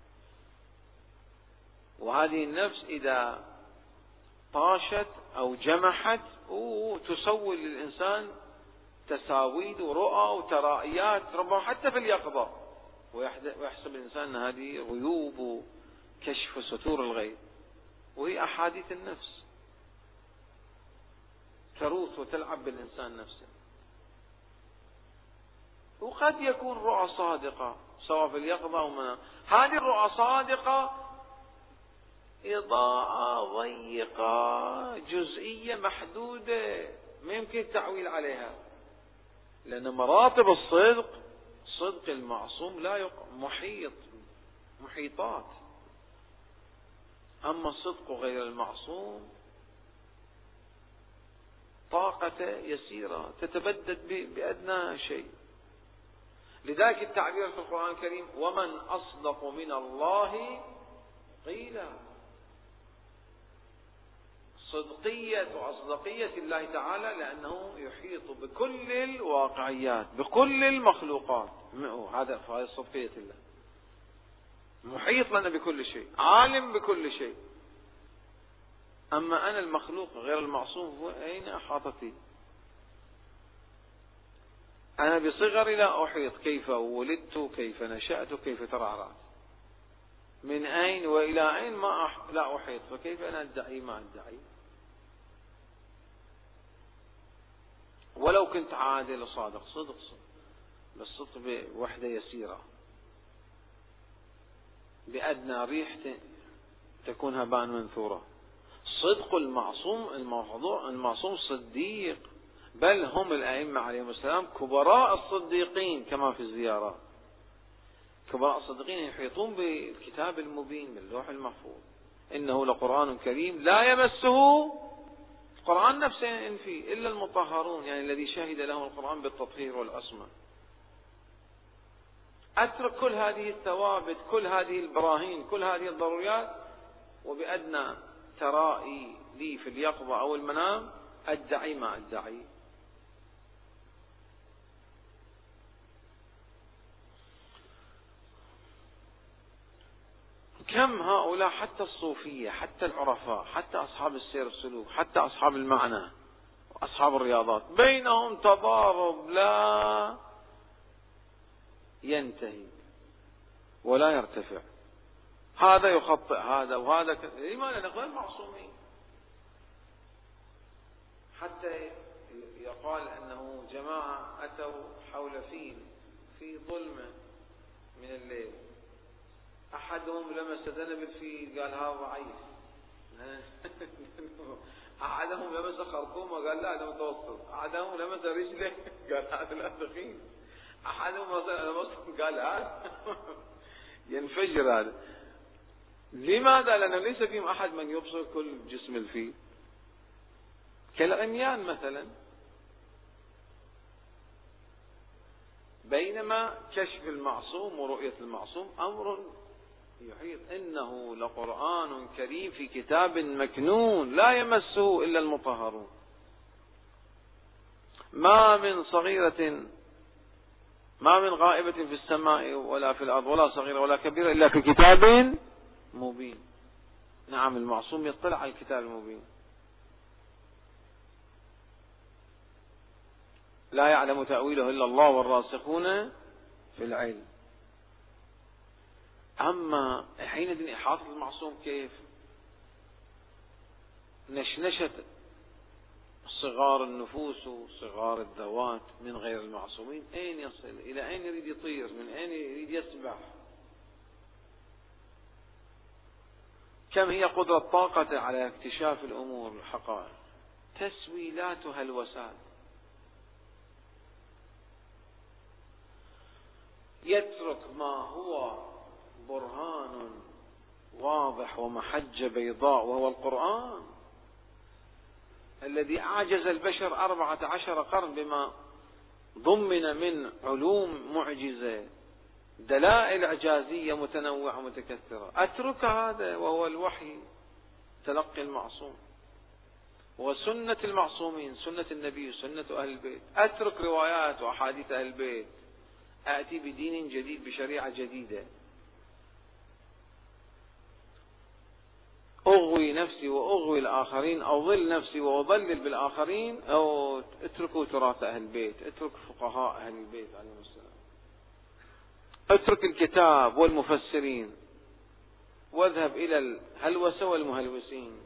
وهذه النفس إذا طاشت أو جمحت تسوي للإنسان تساويد ورؤى وترائيات، ربما حتى في اليقظة، ويحسب الإنسان أن هذه غيوب وكشف ستور الغيب، وهي أحاديث النفس تروث وتلعب بالإنسان نفسه. وقد يكون رؤى صادقة سواء في اليقظة أو منام. هذه الرؤى صادقة، إضاءة ضيقة جزئية محدودة، ما يمكن التعويل عليها، لأن مراتب الصدق، صدق المعصوم لا محيطات. أما الصدق غير المعصوم طاقة يسيرة تتبدد بأدنى شيء. لذلك التعبير في القرآن الكريم: ومن أصدق من الله قيلا. صدقية وأصدقية الله تعالى لأنه يحيط بكل الواقعيات، بكل المخلوقات. هذا صدقية الله، محيط لنا بكل شيء، عالم بكل شيء. أما أنا المخلوق غير المعصوم، أين أحاطتي؟ أنا بصغري لا أحيط كيف ولدت، كيف نشأت، كيف ترعرعت، من أين وإلى أين لا أحيط، فكيف أنا أدعي ما أدعي؟ ولو كنت عادل وصادق، صدق بس صدق بوحدة يسيرة، بأدنى ريح تكون هباء منثورة. صدق المعصوم صديق، بل هم الأئمة عليهم السلام كبراء الصديقين كما في الزيارات. كبراء الصديقين يحيطون بالكتاب المبين باللوح المحفوظ: إنه لقرآن كريم لا يمسه، القرآن نفسه ينفي، إلا المطهرون، يعني الذي شهد لهم القرآن بالتطهير والعصمة. أترك كل هذه الثوابت، كل هذه البراهين، كل هذه الضروريات، وبأدنى ترائي لي في اليقظة أو المنام أدعي ما أدعي. كم هؤلاء، حتى الصوفية، حتى العرفاء، حتى أصحاب السير والسلوك، حتى أصحاب المعنى وأصحاب الرياضات، بينهم تضارب لا ينتهي ولا يرتفع. هذا يخطئ هذا وهذا لماذا؟ غير معصومين. حتى يقال أنه جماعة أتوا حول فيل في ظلمة من الليل، أحدهم لمس ذنب الفيل قال هذا ضعيف، أحدهم لمس خرطومه قال لا هذا متوسط، أحدهم لمس رجله قال هذا لا ثقيل، أحدهم لمس قال هذا ينفجر هذا. لماذا؟ لأنه ليس فيهم أحد من يبصر كل جسم الفيل، كالعميان مثلا. بينما كشف المعصوم ورؤية المعصوم أمر يحيط. إنه لقرآن كريم في كتاب مكنون لا يمسه إلا المطهرون، ما من صغيرة، ما من غائبة في السماء ولا في الأرض ولا صغيرة ولا كبيرة إلا في كتاب مبين. نعم، المعصوم يطلع على الكتاب المبين. لا يعلم تأويله إلا الله والراسخون في العلم. أما حينئذ إحاطة المعصوم كيف؟ نشنشت صغار النفوس وصغار الذوات من غير المعصومين، أين يصل؟ إلى أين يريد يطير؟ من أين يريد يسبح؟ كم هي قدرة طاقته على اكتشاف الأمور الحقائق، تسويلاتها الوسائل. يترك ما هو برهان واضح ومحجة بيضاء وهو القرآن الذي أعجز البشر 14 قرن بما ضمن من علوم معجزة، دلائل إعجازية متنوعة متكثرة. أترك هذا وهو الوحي، تلقي المعصوم وسنة المعصومين، سنة النبي وسنة أهل البيت. أترك روايات وأحاديث أهل البيت، أأتي بدين جديد بشريعة جديدة. أغوي نفسي وأغوي الآخرين، أضل نفسي وأضلل بالآخرين، أو اتركوا تراث أهل البيت، اترك فقهاء أهل البيت عليهم السلام، اترك الكتاب والمفسرين، واذهب إلى الهلوسة والمهلوسين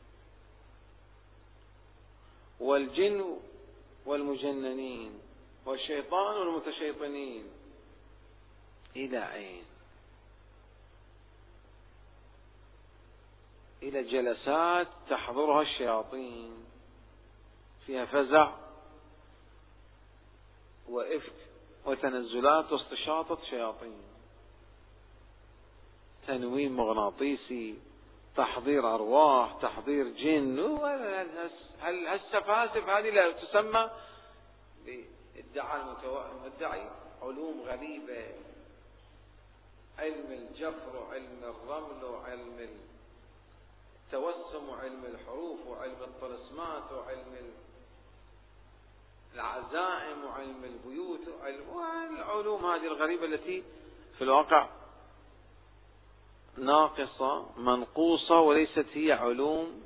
والجن والمجننين والشيطان والمتشيطنين. إلى أين؟ إلى جلسات تحضرها الشياطين فيها فزع وإفك وتنزلات واستشاطة شياطين، تنويم مغناطيسي، تحضير أرواح، تحضير جن. هالسفاسف هذه لا تسمى بادعاء المدعي علوم غريبة، علم الجفر وعلم الرمل وعلم التوسم وعلم الحروف وعلم الطلسمات وعلم العزائم وعلم البيوت والعلوم هذه الغريبة التي في الواقع ناقصة منقوصة، وليست هي علوم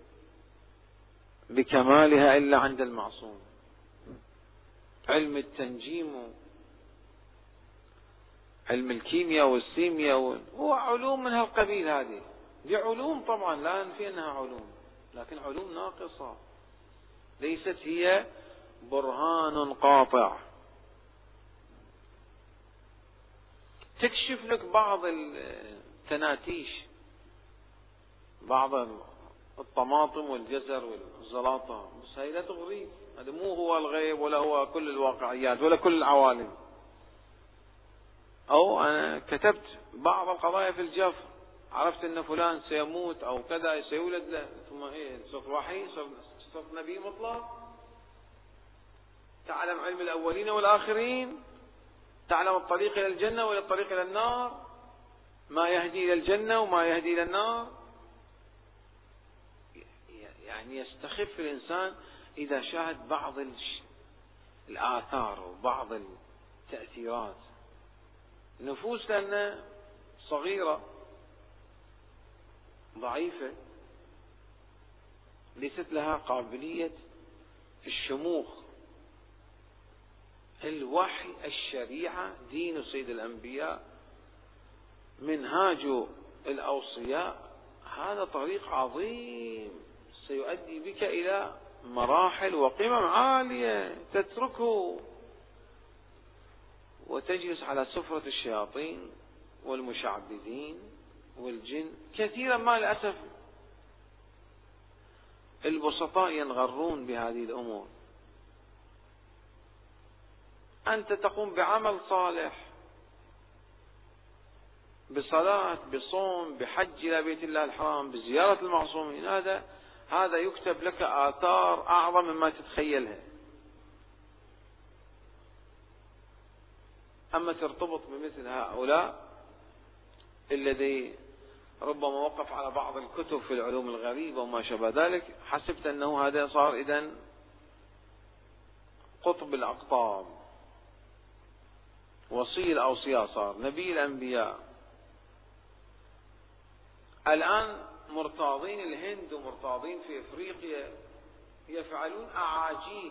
بكمالها إلا عند المعصوم. علم التنجيم، علم الكيمياء والسيمياء وعلوم من هالقبيل، هذه دي علوم طبعا لا ننفي أنها علوم، لكن علوم ناقصة، ليست هي برهان قاطع. تكشف لك بعض التناتيش، بعض الطماطم والجزر والزلاطة، بس هي لا تغريب. هذا مو هو الغيب ولا هو كل الواقعيات ولا كل العوالم. أو أنا كتبت بعض القضايا في الجفر، عرفت أن فلان سيموت أو كذا سيولد له، ثم إيه؟ صرت وحي، صرت نبي مطلق. تعلم علم الأولين والآخرين، تعلم الطريق إلى الجنة ولا الطريق إلى النار، ما يهدي إلى الجنة وما يهدي إلى النار. يعني يستخف الإنسان إذا شاهد بعض الآثار وبعض التأثيرات. نفوس لأنها صغيرة ضعيفة، ليست لها قابلية الشموخ. الوحي، الشريعة، دين سيد الأنبياء، منهاج الأوصياء، هذا طريق عظيم سيؤدي بك إلى مراحل وقمم عالية تتركه وتجلس على سفرة الشياطين والمشعبذين والجن. كثيرا ما للأسف البسطاء ينغرون بهذه الأمور. أنت تقوم بعمل صالح، بصلاة، بصوم، بحج إلى بيت الله الحرام، بزيارة المعصومين، هذا يكتب لك آثار أعظم مما تتخيلها. أما ترتبط بمثل هؤلاء الذي ربما وقف على بعض الكتب في العلوم الغريبة وما شابه ذلك، حسبت أنه هذا صار إذن قطب الأقطاب، وصي الأوصياء، صار نبي الأنبياء. الآن مرتاضين الهند ومرتاضين في إفريقيا يفعلون أعاجيب.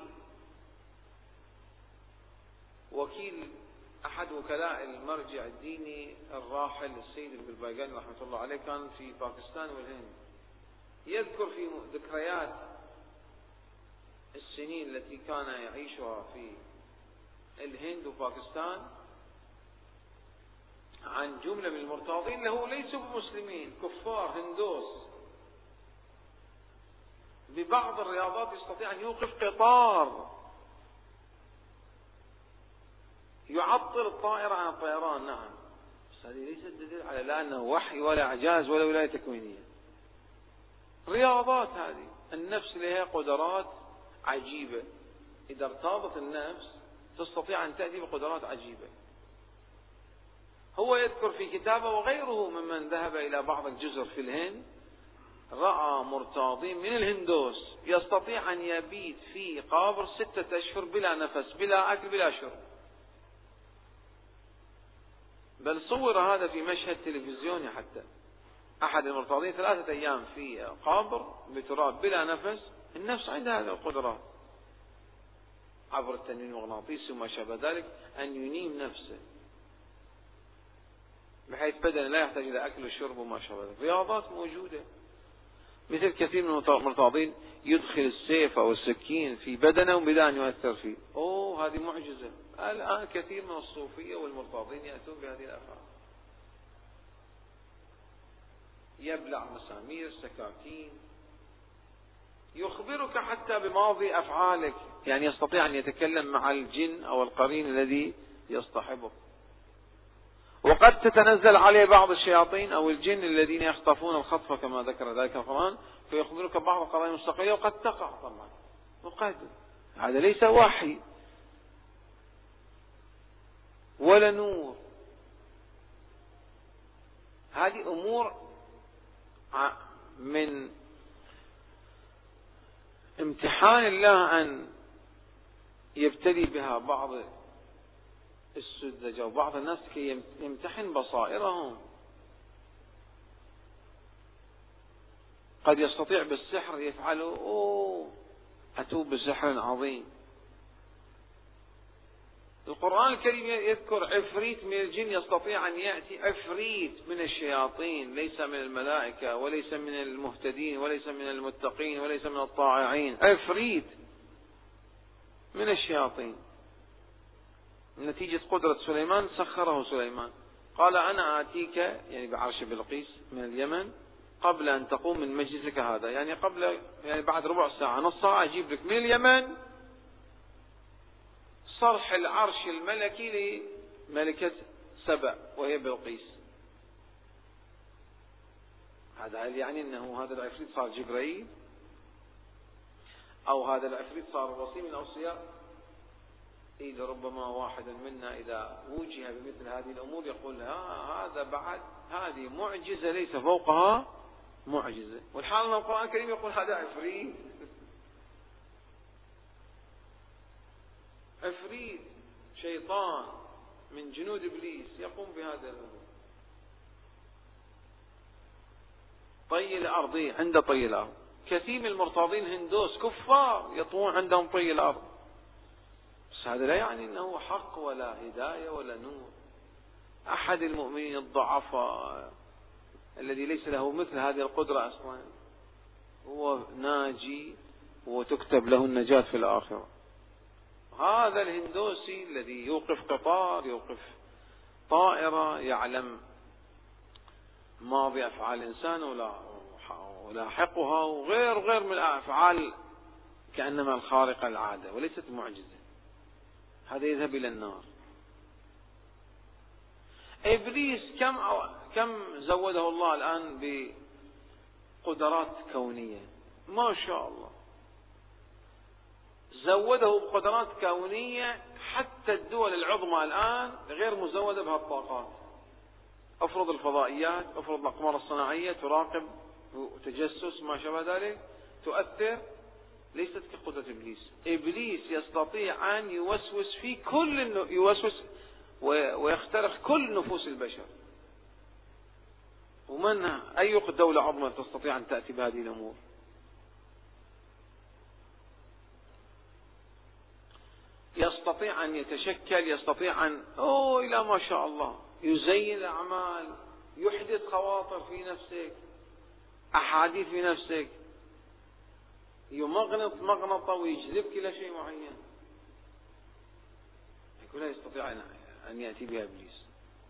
وكيل أحد وكلاء المرجع الديني الراحل السيد البلباقاني رحمة الله عليه كان في باكستان والهند، يذكر في ذكريات السنين التي كان يعيشها في الهند وباكستان عن جملة من المرتاضين له ليسوا بمسلمين، كفار هندوس، ببعض الرياضات يستطيع أن يوقف قطار، يعطل الطائرة عن الطيران. نعم، بس هذه ليست دليل على لا أنه وحي ولا إعجاز ولا ولاية تكوينية. رياضات هذه النفس لها قدرات عجيبة، إذا ارتاضت النفس تستطيع أن تأتي بقدرات عجيبة. هو يذكر في كتابه وغيره ممن ذهب إلى بعض الجزر في الهند رأى مرتاضين من الهندوس يستطيع أن يبيت في قابر 6 أشهر بلا نفس، بلا أكل، بلا شرب. بل صور هذا في مشهد تلفزيوني، حتى أحد المرتاضين 3 أيام في قابر بتراب بلا نفس. النفس عندها هذه القدرات عبر التنويم المغناطيسي وما شابه ذلك أن ينيم نفسه بحيث بدن لا يحتاج إلى أكل وشرب وما شابه ذلك. رياضات موجودة، مثل كثير من المرتاضين يدخل السيف أو السكين في بدنه بدون أن يؤثر فيه. هذه معجزة. الآن كثير من الصوفية والمرتاضين يأتون بهذه الأفعال، يبلع مسامير، سكاكين، يخبرك حتى بماضي أفعالك، يعني يستطيع أن يتكلم مع الجن أو القرين الذي يصطحبه. وقد تتنزل عليه بعض الشياطين أو الجن الذين يخطفون الخطفة كما ذكر ذلك القرآن، فيخبرك بعض القضايا المستقبلية وقد تقع طبعا، وقد هذا ليس وحي ولا نور. هذه أمور من امتحان الله أن يبتلي بها بعض السذج وبعض الناس كي يمتحن بصائرهم. قد يستطيع بالسحر يفعله، أتوب بسحر عظيم. القرآن الكريم يذكر عفريت من الجن يستطيع أن يأتي، عفريت من الشياطين، ليس من الملائكة وليس من المهتدين وليس من المتقين وليس من الطائعين، عفريت من الشياطين. نتيجة قدرة سليمان سخره سليمان، قال أنا آتيك يعني بعرش بلقيس من اليمن قبل أن تقوم من مجلسك هذا، يعني بعد ربع ساعة، نص ساعة أجيب لك من اليمن صرح العرش الملكي لملكة سبأ وهي بلقيس. هذا هل يعني أنه هذا العفريت صار جبرائيل أو هذا العفريت صار وصي من الأوصياء؟ إذا ربما واحد منا إذا وجه بمثل هذه الأمور يقول هذا بعد هذه معجزة ليس فوقها معجزة، والحال أن القرآن الكريم يقول هذا عفريت. عفريت شيطان من جنود إبليس يقوم بهذا الأمور. طي الأرض، عند طي الأرض كثير من المرتاضين هندوس كفار يطوون عندهم طي الأرض، بس هذا لا يعني أنه حق ولا هداية ولا نور. أحد المؤمنين الضعفاء الذي ليس له مثل هذه القدرة أصلا هو ناجي وتكتب له النجاة في الآخرة. هذا الهندوسي الذي يوقف قطار، يوقف طائرة، يعلم ماضي أفعال الإنسان ولاحقها وغير من الأفعال كأنما الخارقة العادة وليست معجزة، هذا يذهب إلى النار. إبليس كم زوده الله الآن بقدرات كونية، ما شاء الله زوده بقدرات كونية، حتى الدول العظمى الآن غير مزودة بهالطاقات. أفرض الفضائيات، أفرض الأقمار الصناعية تراقب وتجسس ما شابه ذلك، تؤثر، ليست كقدرة إبليس. إبليس يستطيع أن يوسوس في يوسوس ويخترق كل نفوس البشر. ومن أي دولة عظمى تستطيع أن تأتي بهذه الأمور؟ يستطيع أن يتشكل، يستطيع أن إلى ما شاء الله يزين الأعمال، يحدث خواطر في نفسك، أحاديث في نفسك، يمغنط مغنطة ويجذبك إلى شيء معين، كلها يستطيع أن يأتي بها إبليس.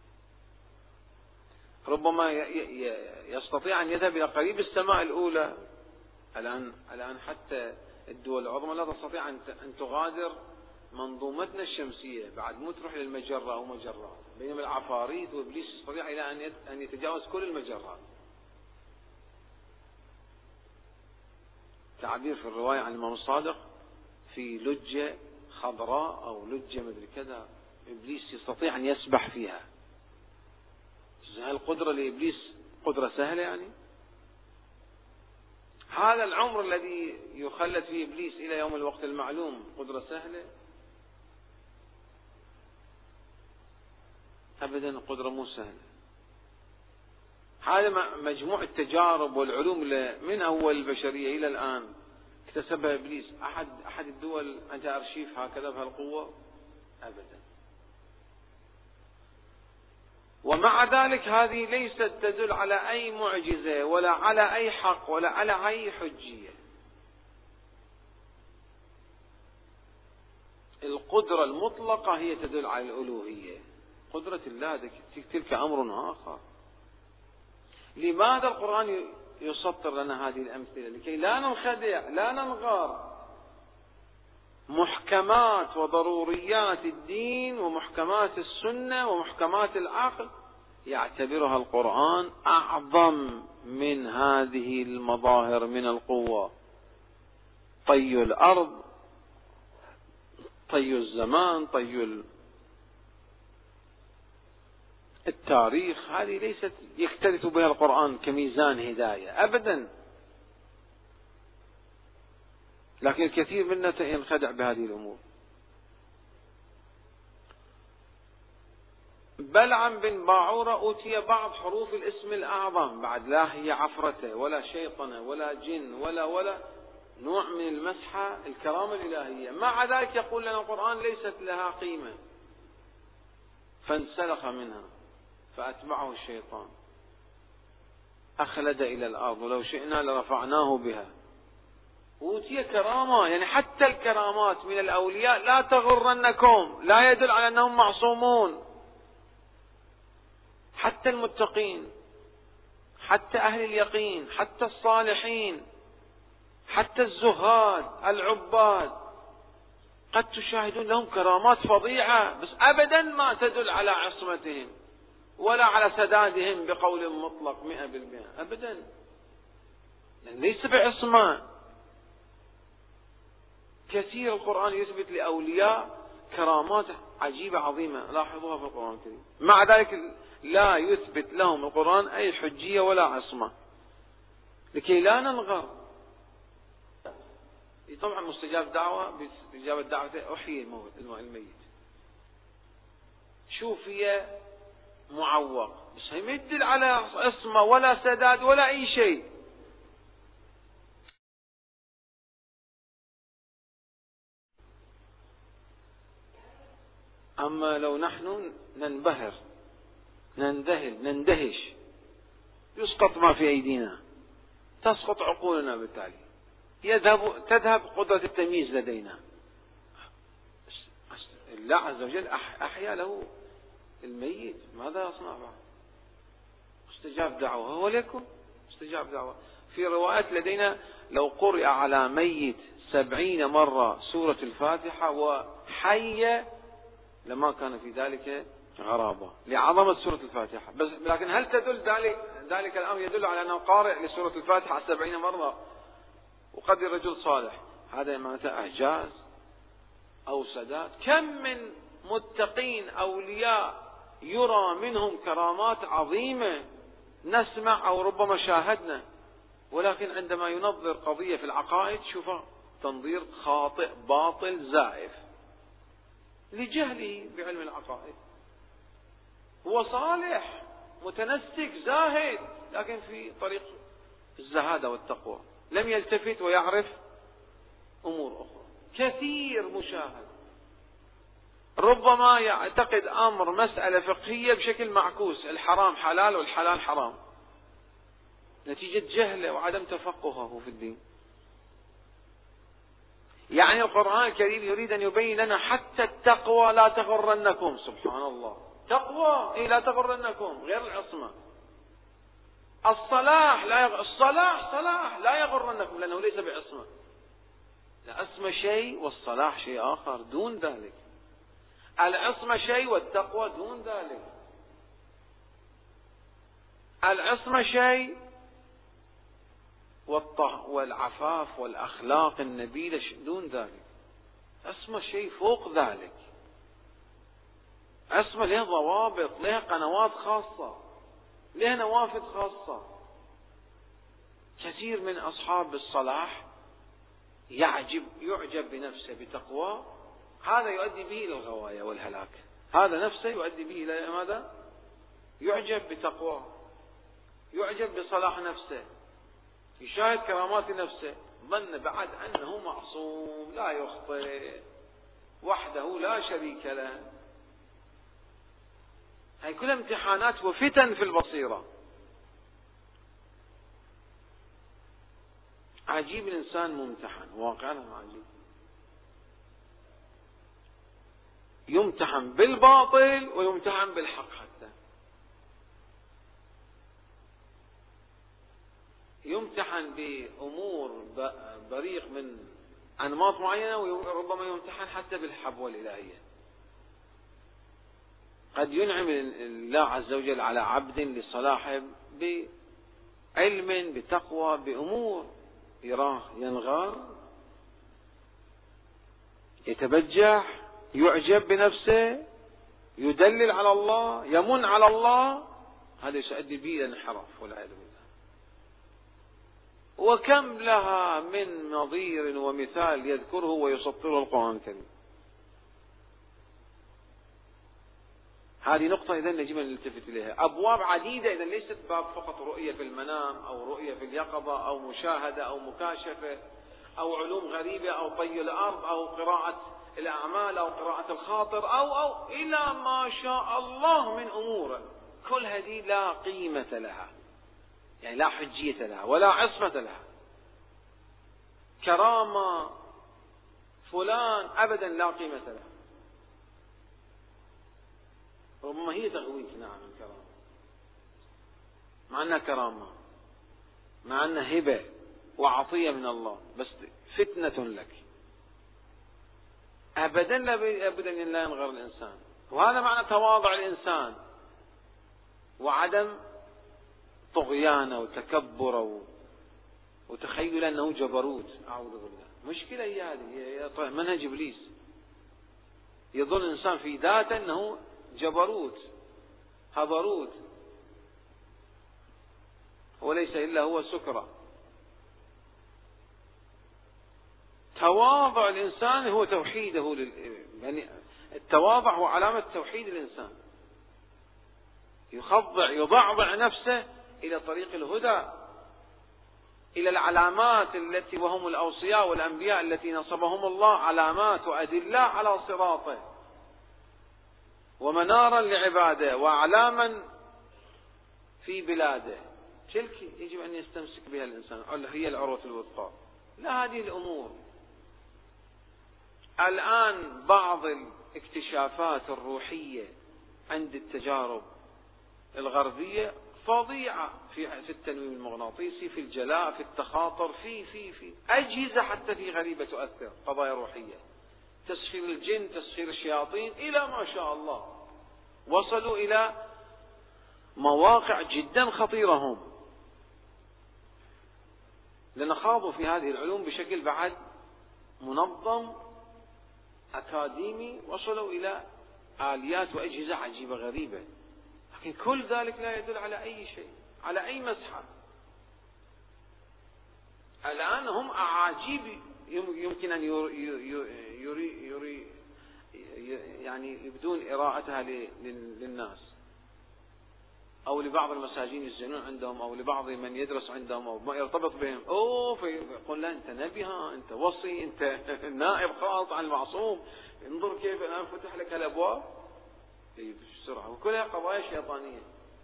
ربما يستطيع أن يذهب إلى قريب السماء الأولى. الآن حتى الدول العظمى لا تستطيع أن تغادر منظومتنا الشمسية، بعد مو تروح للمجرة أو مجرات، بينما العفاريت وإبليس يستطيع إلى أن يتجاوز كل المجرات. تعبير في الرواية عن الإمام الصادق في لجة خضراء أو لجة مدري كذا، إبليس يستطيع أن يسبح فيها. هل القدرة لإبليس قدرة سهلة يعني؟ هذا العمر الذي يخلد فيه إبليس إلى يوم الوقت المعلوم قدرة سهلة؟ أبدا، القدرة مو سهلة. هذا مجموع التجارب والعلوم من أول البشرية إلى الآن اكتسبها إبليس. أحد الدول عندها أرشيف هكذا بهالقوة؟ أبدا. ومع ذلك هذه ليست تدل على أي معجزة ولا على أي حق ولا على أي حجية. القدرة المطلقة هي تدل على الألوهية. قدرة الله تلك أمر آخر. لماذا القرآن يسطر لنا هذه الأمثلة؟ لكي لا ننخدع، لا ننغار. محكمات وضروريات الدين ومحكمات السنة ومحكمات العقل يعتبرها القرآن أعظم من هذه المظاهر من القوة. طي الأرض، طي الزمان، طي التاريخ، هذه ليست يكترث بها القرآن كميزان هداية أبدا. لكن الكثير منا ينخدع بهذه الأمور. بلعم بن باعورة أوتي بعض حروف الاسم الأعظم، بعد لا هي عفرته ولا شيطنة ولا جن ولا نوع من المسحة، الكرامة الإلهية. مع ذلك يقول لنا القرآن ليست لها قيمة، فانسلخ منها فأتبعه الشيطان أخلد إلى الأرض ولو شئنا لرفعناه بها. أوتي كرامة، يعني حتى الكرامات من الأولياء لا تغرنكم، لا يدل على أنهم معصومون. حتى المتقين، حتى أهل اليقين، حتى الصالحين، حتى الزهاد العباد قد تشاهدون لهم كرامات فظيعة، بس أبدا ما تدل على عصمتهم ولا على سدادهم بقول مطلق 100%، أبدا، ليس بعصمة. كثير القرآن يثبت لأولياء كرامات عجيبة عظيمة، لاحظوها في القرآن الكريم. مع ذلك لا يثبت لهم القرآن أي حجية ولا عصمة، لكي لا ننغر. طبعا مستجاب دعوة، باستجابة دعوته أحيي الميت. شوفي معوق، بس هي ما يدل على عصمة ولا سداد ولا أي شيء. أما لو نحن ننبهر، ننذهل، نندهش، يسقط ما في أيدينا، تسقط عقولنا بالتالي. تذهب قدرة التمييز لدينا. الله عز وجل أحيا له الميت، ماذا يصنع بعد؟ استجاب دعوة، هو لكم استجاب دعوة. في روايات لدينا لو قرئ على ميت 70 مرة سورة الفاتحة وحي لما كان في ذلك غرابة لعظمة سورة الفاتحة. لكن هل تدل ذلك الأمر يدل على أنه قارئ لسورة الفاتحة 70 مرة وقد رجل صالح؟ هذا معناته إعجاز أو سداد. كم من متقين أولياء يرى منهم كرامات عظيمة نسمع أو ربما شاهدنا، ولكن عندما ينظر قضية في العقائد شوفها تنظير خاطئ باطل زائف لجهله بعلم العقائد. هو صالح متنسك زاهد، لكن في طريق الزهادة والتقوى لم يلتفت ويعرف أمور أخرى. كثير مشاهد ربما يعتقد أمر مسألة فقهية بشكل معكوس، الحرام حلال والحلال حرام، نتيجة جهله وعدم تفقهه في الدين. يعني القرآن الكريم يريد أن يبين لنا حتى التقوى لا تغرنكم. سبحان الله، تقوى لا تغرنكم، غير العصمة. الصلاح صلاح لا يغرنكم لأنه ليس بعصمة. العصمة شيء والصلاح شيء آخر دون ذلك. العصمة شيء والتقوى دون ذلك. العصمة شيء والعفاف والأخلاق النبيلة دون ذلك. عصمة شيء فوق ذلك. عصمة له ضوابط، له قنوات خاصة، له نوافذ خاصة. كثير من أصحاب الصلاح يعجب بنفسه بتقوى، هذا يؤدي به إلى الغواية والهلاك. هذا نفسه يؤدي به إلى ماذا؟ يعجب بتقوى، يعجب بصلاح نفسه، يشاهد كرامات نفسه، ظن بعد أنه معصوم لا يخطئ وحده لا شريك له. هاي كلها امتحانات وفتن في البصيرة. عجيب الإنسان ممتحن، واقعا عجيب، يمتحن بالباطل ويمتحن بالحق، حتى يمتحن بأمور بريق من أنماط معينة، وربما يمتحن حتى بالحبوة الإلهية. قد ينعم الله عز وجل على عبد لصلاحه بعلم بتقوى بأمور، يراه ينغار يتبجح يعجب بنفسه يدلل على الله يمن على الله، هذا يؤدي به إلى انحراف والعياذ بالله. وكم لها من نظير ومثال يذكره ويسطره القرآن الكريم. هذه نقطة إذن يجب أن نلتفت إليها. أبواب عديدة إذن ليست باب فقط رؤية في المنام أو رؤية في اليقظة أو مشاهدة أو مكاشفة أو علوم غريبة أو طي الأرض أو قراءة الأعمال أو قراءة الخاطر أو إلى ما شاء الله من أمور. كل هذه لا قيمة لها، يعني لا حجية لها ولا عصمة لها. كرامة فلان أبدا لا قيمة لها، ربما هي تغويك نعم الكرامة، مع أنها كرامة، مع أنها هبة وعطية من الله، بس فتنة لك. أبدا لابد أن لا ينغر الإنسان. وهذا معنى تواضع الإنسان وعدم طغيانه وتكبره وتخيل أنه جبروت. أعوذ بالله، مشكلة هي هذه، منهج إبليس. يظن الإنسان في ذاته أنه جبروت هبروت، وليس إلا هو سكرة. تواضع الإنسان هو توحيده يعني التواضع هو علامة توحيد الإنسان. يضعضع نفسه إلى طريق الهدى، إلى العلامات التي وهم الأوصياء والأنبياء التي نصبهم الله علامات وأدلة على صراطه ومنارا لعباده وأعلاما في بلاده. تلك يجب أن يستمسك بها الإنسان، هي العروة الوثقى. لا هذه الأمور. الآن بعض الاكتشافات الروحية عند التجارب الغربية فظيعة في التنويم المغناطيسي، في الجلاء، في التخاطر، في أجهزة حتى في غريبة تؤثر قضايا روحية، تسخير الجن، تسخير الشياطين، إلى ما شاء الله وصلوا إلى مواقع جدا خطيرة هم، لأن خاضوا في هذه العلوم بشكل بعد منظم أكاديمي، وصلوا إلى آليات وأجهزة عجيبة غريبة، لكن كل ذلك لا يدل على أي شيء، على أي مسحة. الآن هم أعاجيب يمكن أن يعني يبدون إراءتها للناس، أو لبعض المساجين يسجنون عندهم، أو لبعض من يدرس عندهم أو ما يرتبط بهم، فيقول لا أنت نبي، أنت وصي، أنت نائب خاص عن المعصوم، انظر كيف الآن فتح لك الأبواب بسرعة، وكلها قضايا شيطانية.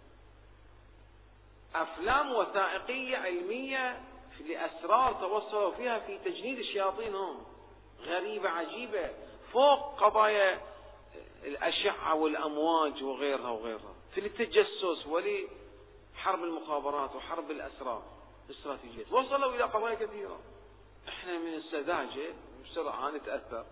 أفلام وثائقية علمية لأسرار توصلوا فيها في تجنيد الشياطين هم، غريبة عجيبة، فوق قضايا الأشعة والأمواج وغيرها وغيرها، في التجسس ولحرب المخابرات وحرب الأسرار الاستراتيجية، وصلوا إلى قضايا كثيرة. احنا من السذاجة بسرعة نتأثر.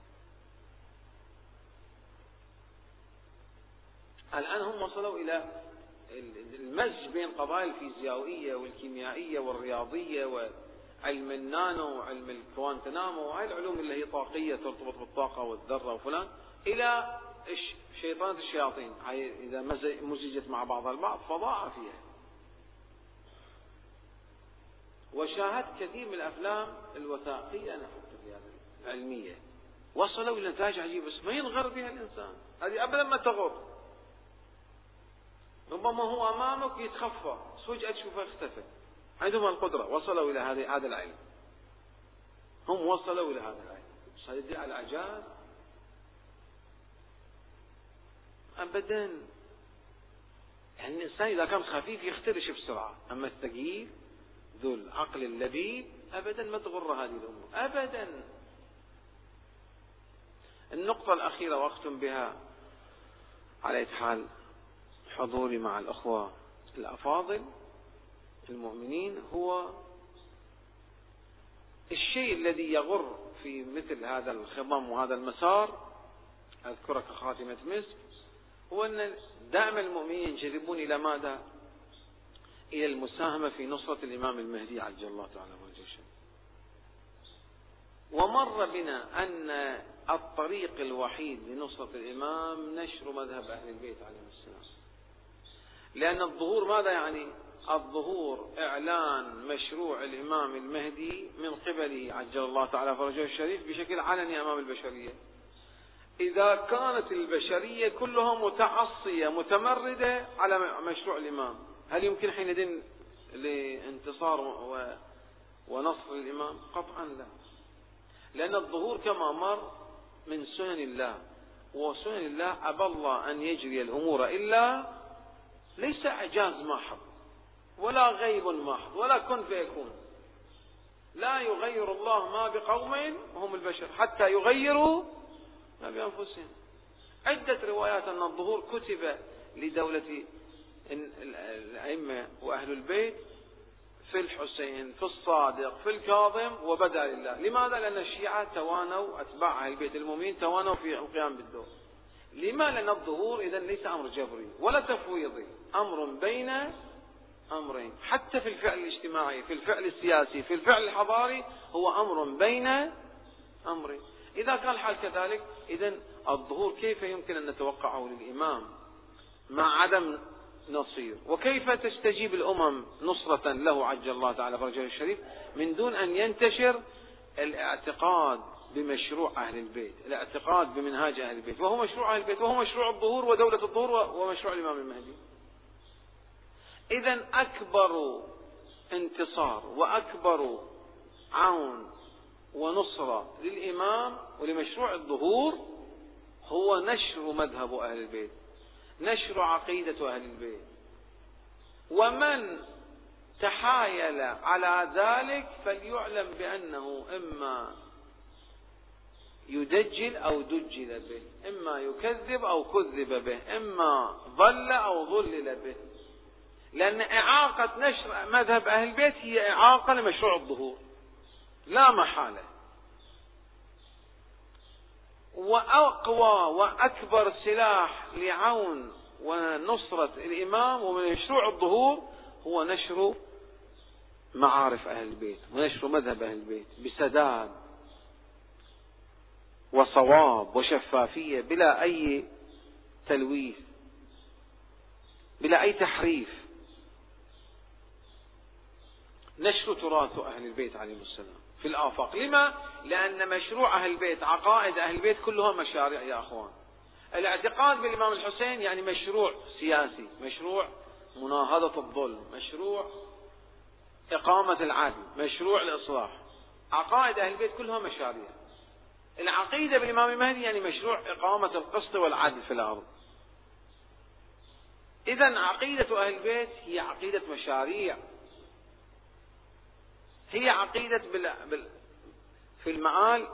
الآن هم وصلوا إلى المزج بين قضايا الفيزيائية والكيميائية والرياضية وعلم النانو وعلم الكوانتنامو وهي العلوم اللي هي طاقية ترتبط بالطاقة والذرة وفلان، إلى شيطانة الشياطين، إذا مزجت مع بعضها البعض فضاء فيها. وشاهدت كثير من الأفلام الوثائقية أنا حتى في هذه العلمية، وصلوا إلى نتائج عجيبة، بس ما ينغر بها الإنسان، هذه أبدا ما تغر. ربما هو أمامك يتخفى، فجأة تشوفه اختفى. عندهم القدرة، وصلوا إلى هذا العلم، هم وصلوا إلى هذا العلم. سيدعي على الإعجاز؟ أبدا. يعني الإنسان إذا كان خفيف يخترش بسرعة، أما الثقيل ذو العقل اللبيب أبدا ما تغر هذه الأمور أبدا. النقطة الأخيرة وأختم بها على حال حضوري مع الأخوة الأفاضل المؤمنين، هو الشيء الذي يغر في مثل هذا الخضم وهذا المسار، أذكرك خاتمة مسك، هو أن دائما المؤمنين ينجذبون إلى ماذا؟ إلى المساهمة في نصرة الإمام المهدي عجل الله تعالى فرجه. ومر بنا أن الطريق الوحيد لنصرة الإمام نشر مذهب أهل البيت عليهم السلام، لأن الظهور ماذا يعني؟ الظهور إعلان مشروع الإمام المهدي من قبله عجل الله تعالى فرجه الشريف بشكل علني أمام البشرية. إذا كانت البشرية كلها متعصية متمردة على مشروع الإمام، هل يمكن حينئذ لانتصار ونصر الإمام؟ قطعا لا، لأن الظهور كما مر من سنن الله، وسنن الله أبى الله أن يجري الأمور إلا ليس إعجاز محض ولا غيب محض ولا كن فيكون. لا يغير الله ما بقوم وهم البشر حتى يغيروا ما بأنفسهم. عدة روايات أن الظهور كتب لدولة الأئمة وأهل البيت في الحسين، في الصادق، في الكاظم، وبدأ لله. لماذا؟ لأن الشيعة توانوا، أتباع أهل بيت المؤمنين توانوا في القيام بالدور. لما؟ لأن الظهور إذن ليس أمر جبري ولا تفويضي، أمر بين أمرين، حتى في الفعل الاجتماعي، في الفعل السياسي، في الفعل الحضاري، هو أمر بين أمرين. إذا كان الحال كذلك، إذن الظهور كيف يمكن أن نتوقعه للإمام مع عدم نصير؟ وكيف تستجيب الأمم نصرة له عجل الله تعالى فرجه الشريف من دون أن ينتشر الاعتقاد بمشروع أهل البيت، الاعتقاد بمنهاج أهل البيت، وهو مشروع أهل البيت، وهو مشروع الظهور ودولة الظهور ومشروع الإمام المهدي. إذن أكبر انتصار وأكبر عون ونصرة للإمام ولمشروع الظهور هو نشر مذهب أهل البيت، نشر عقيدة أهل البيت. ومن تحايل على ذلك فليعلم بأنه إما يدجل أو دجل به، إما يكذب أو كذب به، إما ضل أو ضلل به. لأن إعاقة نشر مذهب أهل البيت هي إعاقة لمشروع الظهور لا محالة. وأقوى وأكبر سلاح لعون ونصرة الإمام ومشروع الظهور هو نشر معارف أهل البيت ونشر مذهب أهل البيت بسداد وصواب وشفافية بلا أي تلويث بلا أي تحريف. نشر تراث أهل البيت عليهم السلام في الآفاق. لما؟ لأن مشروع أهل البيت، عقائد أهل البيت كلها مشاريع يا أخوان. الاعتقاد بالإمام الحسين يعني مشروع سياسي، مشروع مناهضة الظلم، مشروع إقامة العدل، مشروع الإصلاح. عقائد أهل البيت كلها مشاريع. العقيدة بالإمام المهدي يعني مشروع إقامة القسط والعدل في الأرض. إذن عقيدة أهل البيت هي عقيدة مشاريع، هي عقيدة في المآل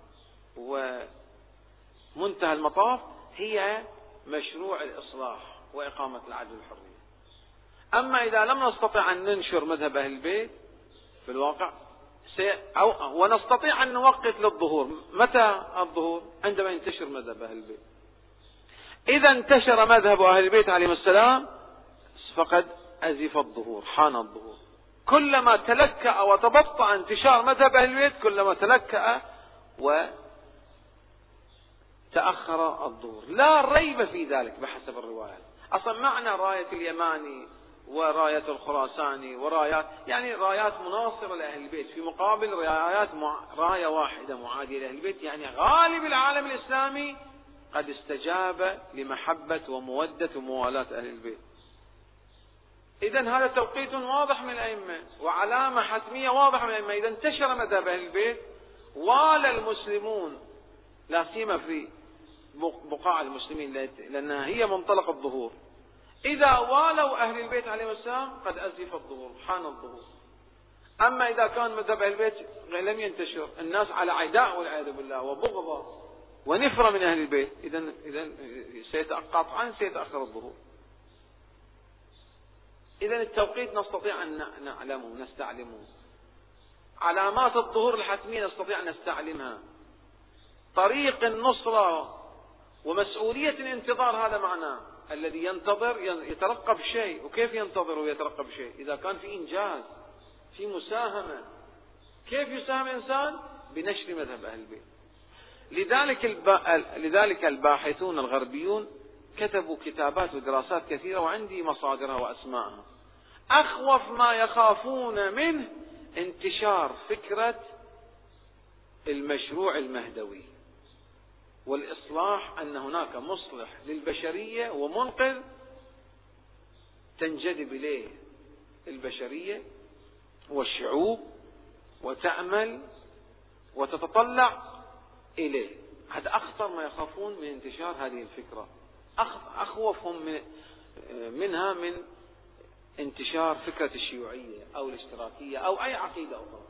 ومنتهى المطاف هي مشروع الإصلاح وإقامة العدل والحرية. أما إذا لم نستطع أن ننشر مذهب أهل البيت في الواقع ونستطيع أن نوقف للظهور. متى الظهور؟ عندما ينتشر مذهب أهل البيت. إذا انتشر مذهب أهل البيت عليهم السلام فقد أزف الظهور، حان الظهور. كلما تلكأ وتبطأ انتشار مذهب أهل البيت كلما تلكأ وتأخر الظهور. لا ريب في ذلك بحسب الروايات. أصلا معنى راية اليماني وراية الخراساني ورايات يعني رايات مناصرة لأهل البيت في مقابل راية واحدة معادية لأهل البيت، يعني غالب العالم الإسلامي قد استجاب لمحبة ومودة وموالاة أهل البيت. إذن هذا توقيت واضح من الأئمة وعلامة حتمية واضحة من الأئمة. إذا انتشر مذهب أهل البيت والى المسلمون لا سيما في بقاع المسلمين لأنها هي منطلق الظهور. إذا والوا أهل البيت عليهم السلام قد أزف الظهور، حان الظهور. أما إذا كان مذهب أهل البيت لم ينتشر، الناس على عداء والعياذ بالله وبغضة ونفرة من أهل البيت، إذن قطعا سيتأخر الظهور. إذن التوقيت نستطيع أن نعلمه نستعلمه. علامات الظهور الحتمية نستطيع أن نستعلمها. طريق النصرة ومسؤولية الانتظار هذا معناه. الذي ينتظر يترقب شيء. وكيف ينتظر ويترقب شيء؟ إذا كان في إنجاز، في مساهمة. كيف يساهم الإنسان؟ بنشر مذهب أهل البيت. لذلك الباحثون الغربيون كتبوا كتابات ودراسات كثيرة وعندي مصادرها وأسماءها. أخوف ما يخافون منه انتشار فكرة المشروع المهدوي والإصلاح، أن هناك مصلح للبشرية ومنقذ تنجذب إليه البشرية والشعوب وتأمل وتتطلع إليه. هذا أخطر ما يخافون من انتشار هذه الفكرة. أخوفهم منها من انتشار فكرة الشيوعية أو الاشتراكية أو أي عقيدة أخرى.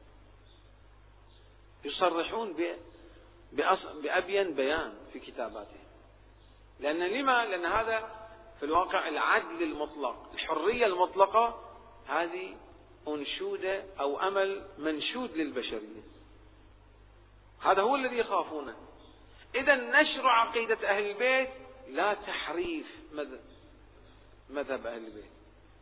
يصرحون بأبين بيان في كتاباتهم. لأن هذا في الواقع العدل المطلق، الحرية المطلقة، هذه أنشودة أو أمل منشود للبشرية. هذا هو الذي يخافونه. إذا نشر عقيدة أهل البيت لا تحريف مذهب أهل البيت،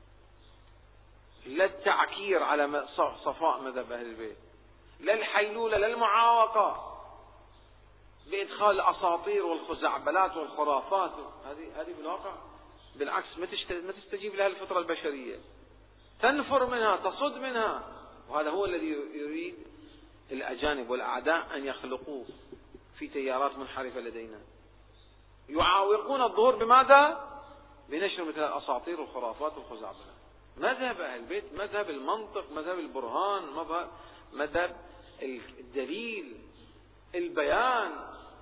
لا التعكير على صفاء مذهب أهل البيت، لا الحيلولة، لا المعاوقة بإدخال الأساطير والخزعبلات والخرافات. هذه بالواقع بالعكس ما تستجيب لها الفطرة البشرية، تنفر منها، تصد منها. وهذا هو الذي يريد الأجانب والأعداء أن يخلقوه في تيارات منحرفة لدينا. يعاوقون الظهور بماذا؟ بنشر مثل الأساطير والخرافات والخزعبلات. مذهب أهل البيت مذهب المنطق، مذهب البرهان، مذهب الدليل، البيان،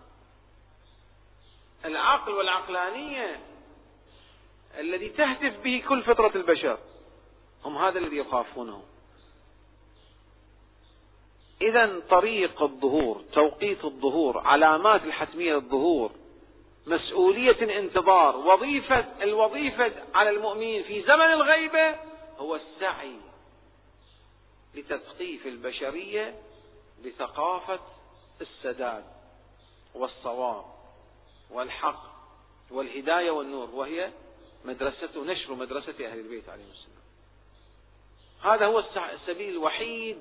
العقل والعقلانية الذي تهتف به كل فطرة البشر. هم هذا الذي يخافونه. إذن طريق الظهور، توقيت الظهور، علامات الحتمية للظهور، مسؤولية الانتظار، الوظيفة على المؤمنين في زمن الغيبة هو السعي لتثقيف البشرية بثقافة السداد والصواب والحق والهداية والنور، وهي نشر مدرسة أهل البيت عليهم السلام. هذا هو السبيل الوحيد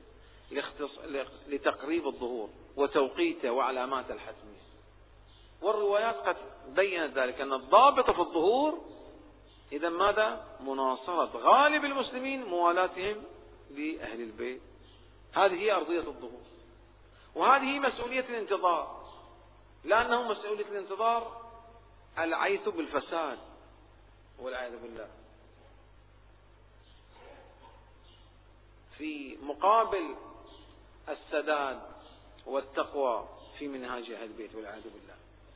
لتقريب الظهور وتوقيته وعلاماته الحتمية. والروايات قد بينت ذلك، أن الضابط في الظهور إذا ماذا؟ مناصرة غالب المسلمين، موالاتهم لأهل البيت. هذه هي أرضية الظهور، وهذه مسؤولية الانتظار، لأنه مسؤولية الانتظار العيث بالفساد والعياذ بالله، في مقابل السداد والتقوى في منهاج أهل البيت والعياذ بالله.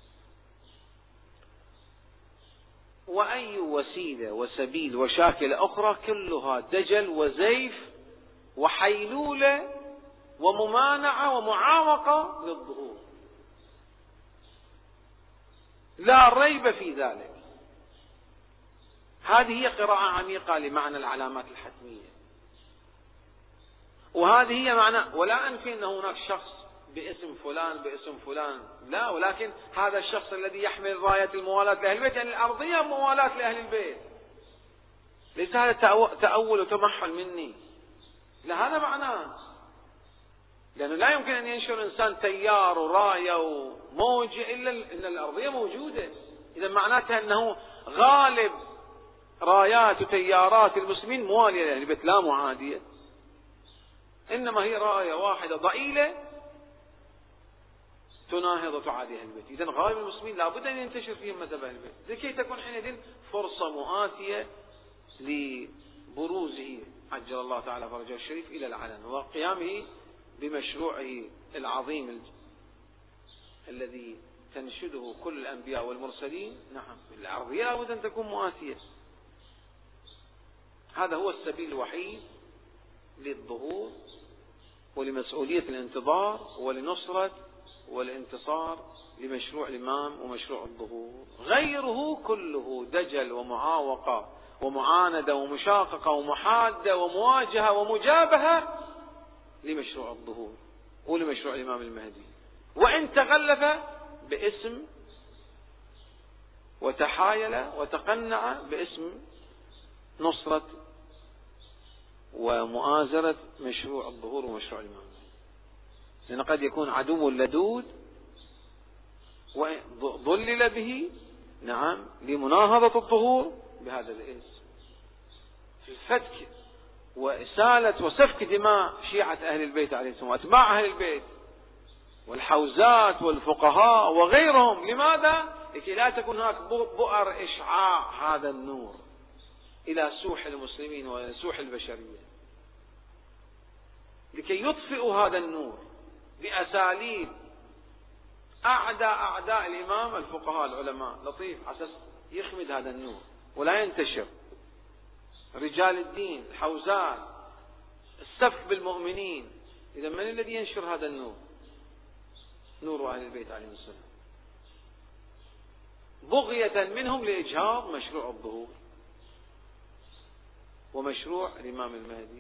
وأي وسيلة وسبيل وشاكلة أخرى كلها دجل وزيف وحيلولة وممانعة ومعاوقة للظهور، لا ريب في ذلك. هذه هي قراءة عميقة لمعنى العلامات الحتمية، وهذه هي معنى. ولا أنفي أن هناك شخص باسم فلان، لا، ولكن هذا الشخص الذي يحمل راية الموالاة لأهل البيت، يعني الأرضية موالاة لأهل البيت، ليس هذا تأول وتمحل مني، لا، هذا معناه. لأنه لا يمكن أن ينشر إنسان تيار وراية وموجة إلا أن الأرضية موجودة. إذا معناتها أنه غالب رايات وتيارات المسلمين موالية لأهل البيت لا معادية، إنما هي راية واحدة ضئيلة تناهض وتعادي أهل البيت. إذن غالب المسلمين لابد أن ينتشر فيهم مذهب أهل البيت، لكي تكون حينئذ فرصة مؤاتية لبروزه عجل الله تعالى فرجه الشريف إلى العلن، وقيامه بمشروعه العظيم الذي تنشده كل الأنبياء والمرسلين. نعم، الأرضية لابد أن تكون مؤاتية. هذا هو السبيل الوحيد للظهور ولمسؤولية الانتظار ولنصرة والانتصار لمشروع الإمام ومشروع الظهور. غيره كله دجل ومعاوقة ومعاندة ومشاققة ومحادة ومواجهة ومجابهة لمشروع الظهور ولمشروع الإمام المهدي، وإن تغلف باسم وتحايل وتقنع باسم نصرة ومؤازرة مشروع الظهور ومشروع الإمام، لأن قد يكون عدو لدود وضلل به، نعم، لمناهضة الظهور بهذا الاسم، في الفتك وإسالة وسفك دماء شيعة أهل البيت عليهم السلام وأتباع أهل البيت والحوزات والفقهاء وغيرهم. لماذا؟ لكي لا تكون هناك بؤر إشعاع هذا النور إلى سوح المسلمين وسوح البشرية، لكي يطفئوا هذا النور بأساليب أعداء الإمام الفقهاء العلماء لطيف، على أساس يخمد هذا النور ولا ينتشر. رجال الدين، الحوزات، السف بالمؤمنين. إذا من الذي ينشر هذا النور؟ نور أهل البيت عليهم السلام، بغية منهم لإجهاض مشروع الظهور ومشروع الإمام المهدي.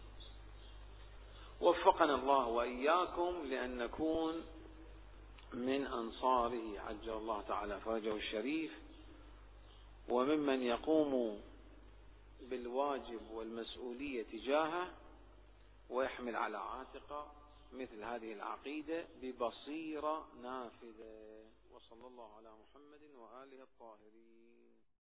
وفقنا الله وإياكم لأن نكون من أنصاره عجل الله تعالى فرجه الشريف، وممن يقوم بالواجب والمسؤولية تجاهه ويحمل على عاتقه مثل هذه العقيدة ببصيرة نافذة. وصلى الله على محمد وآله الطاهرين.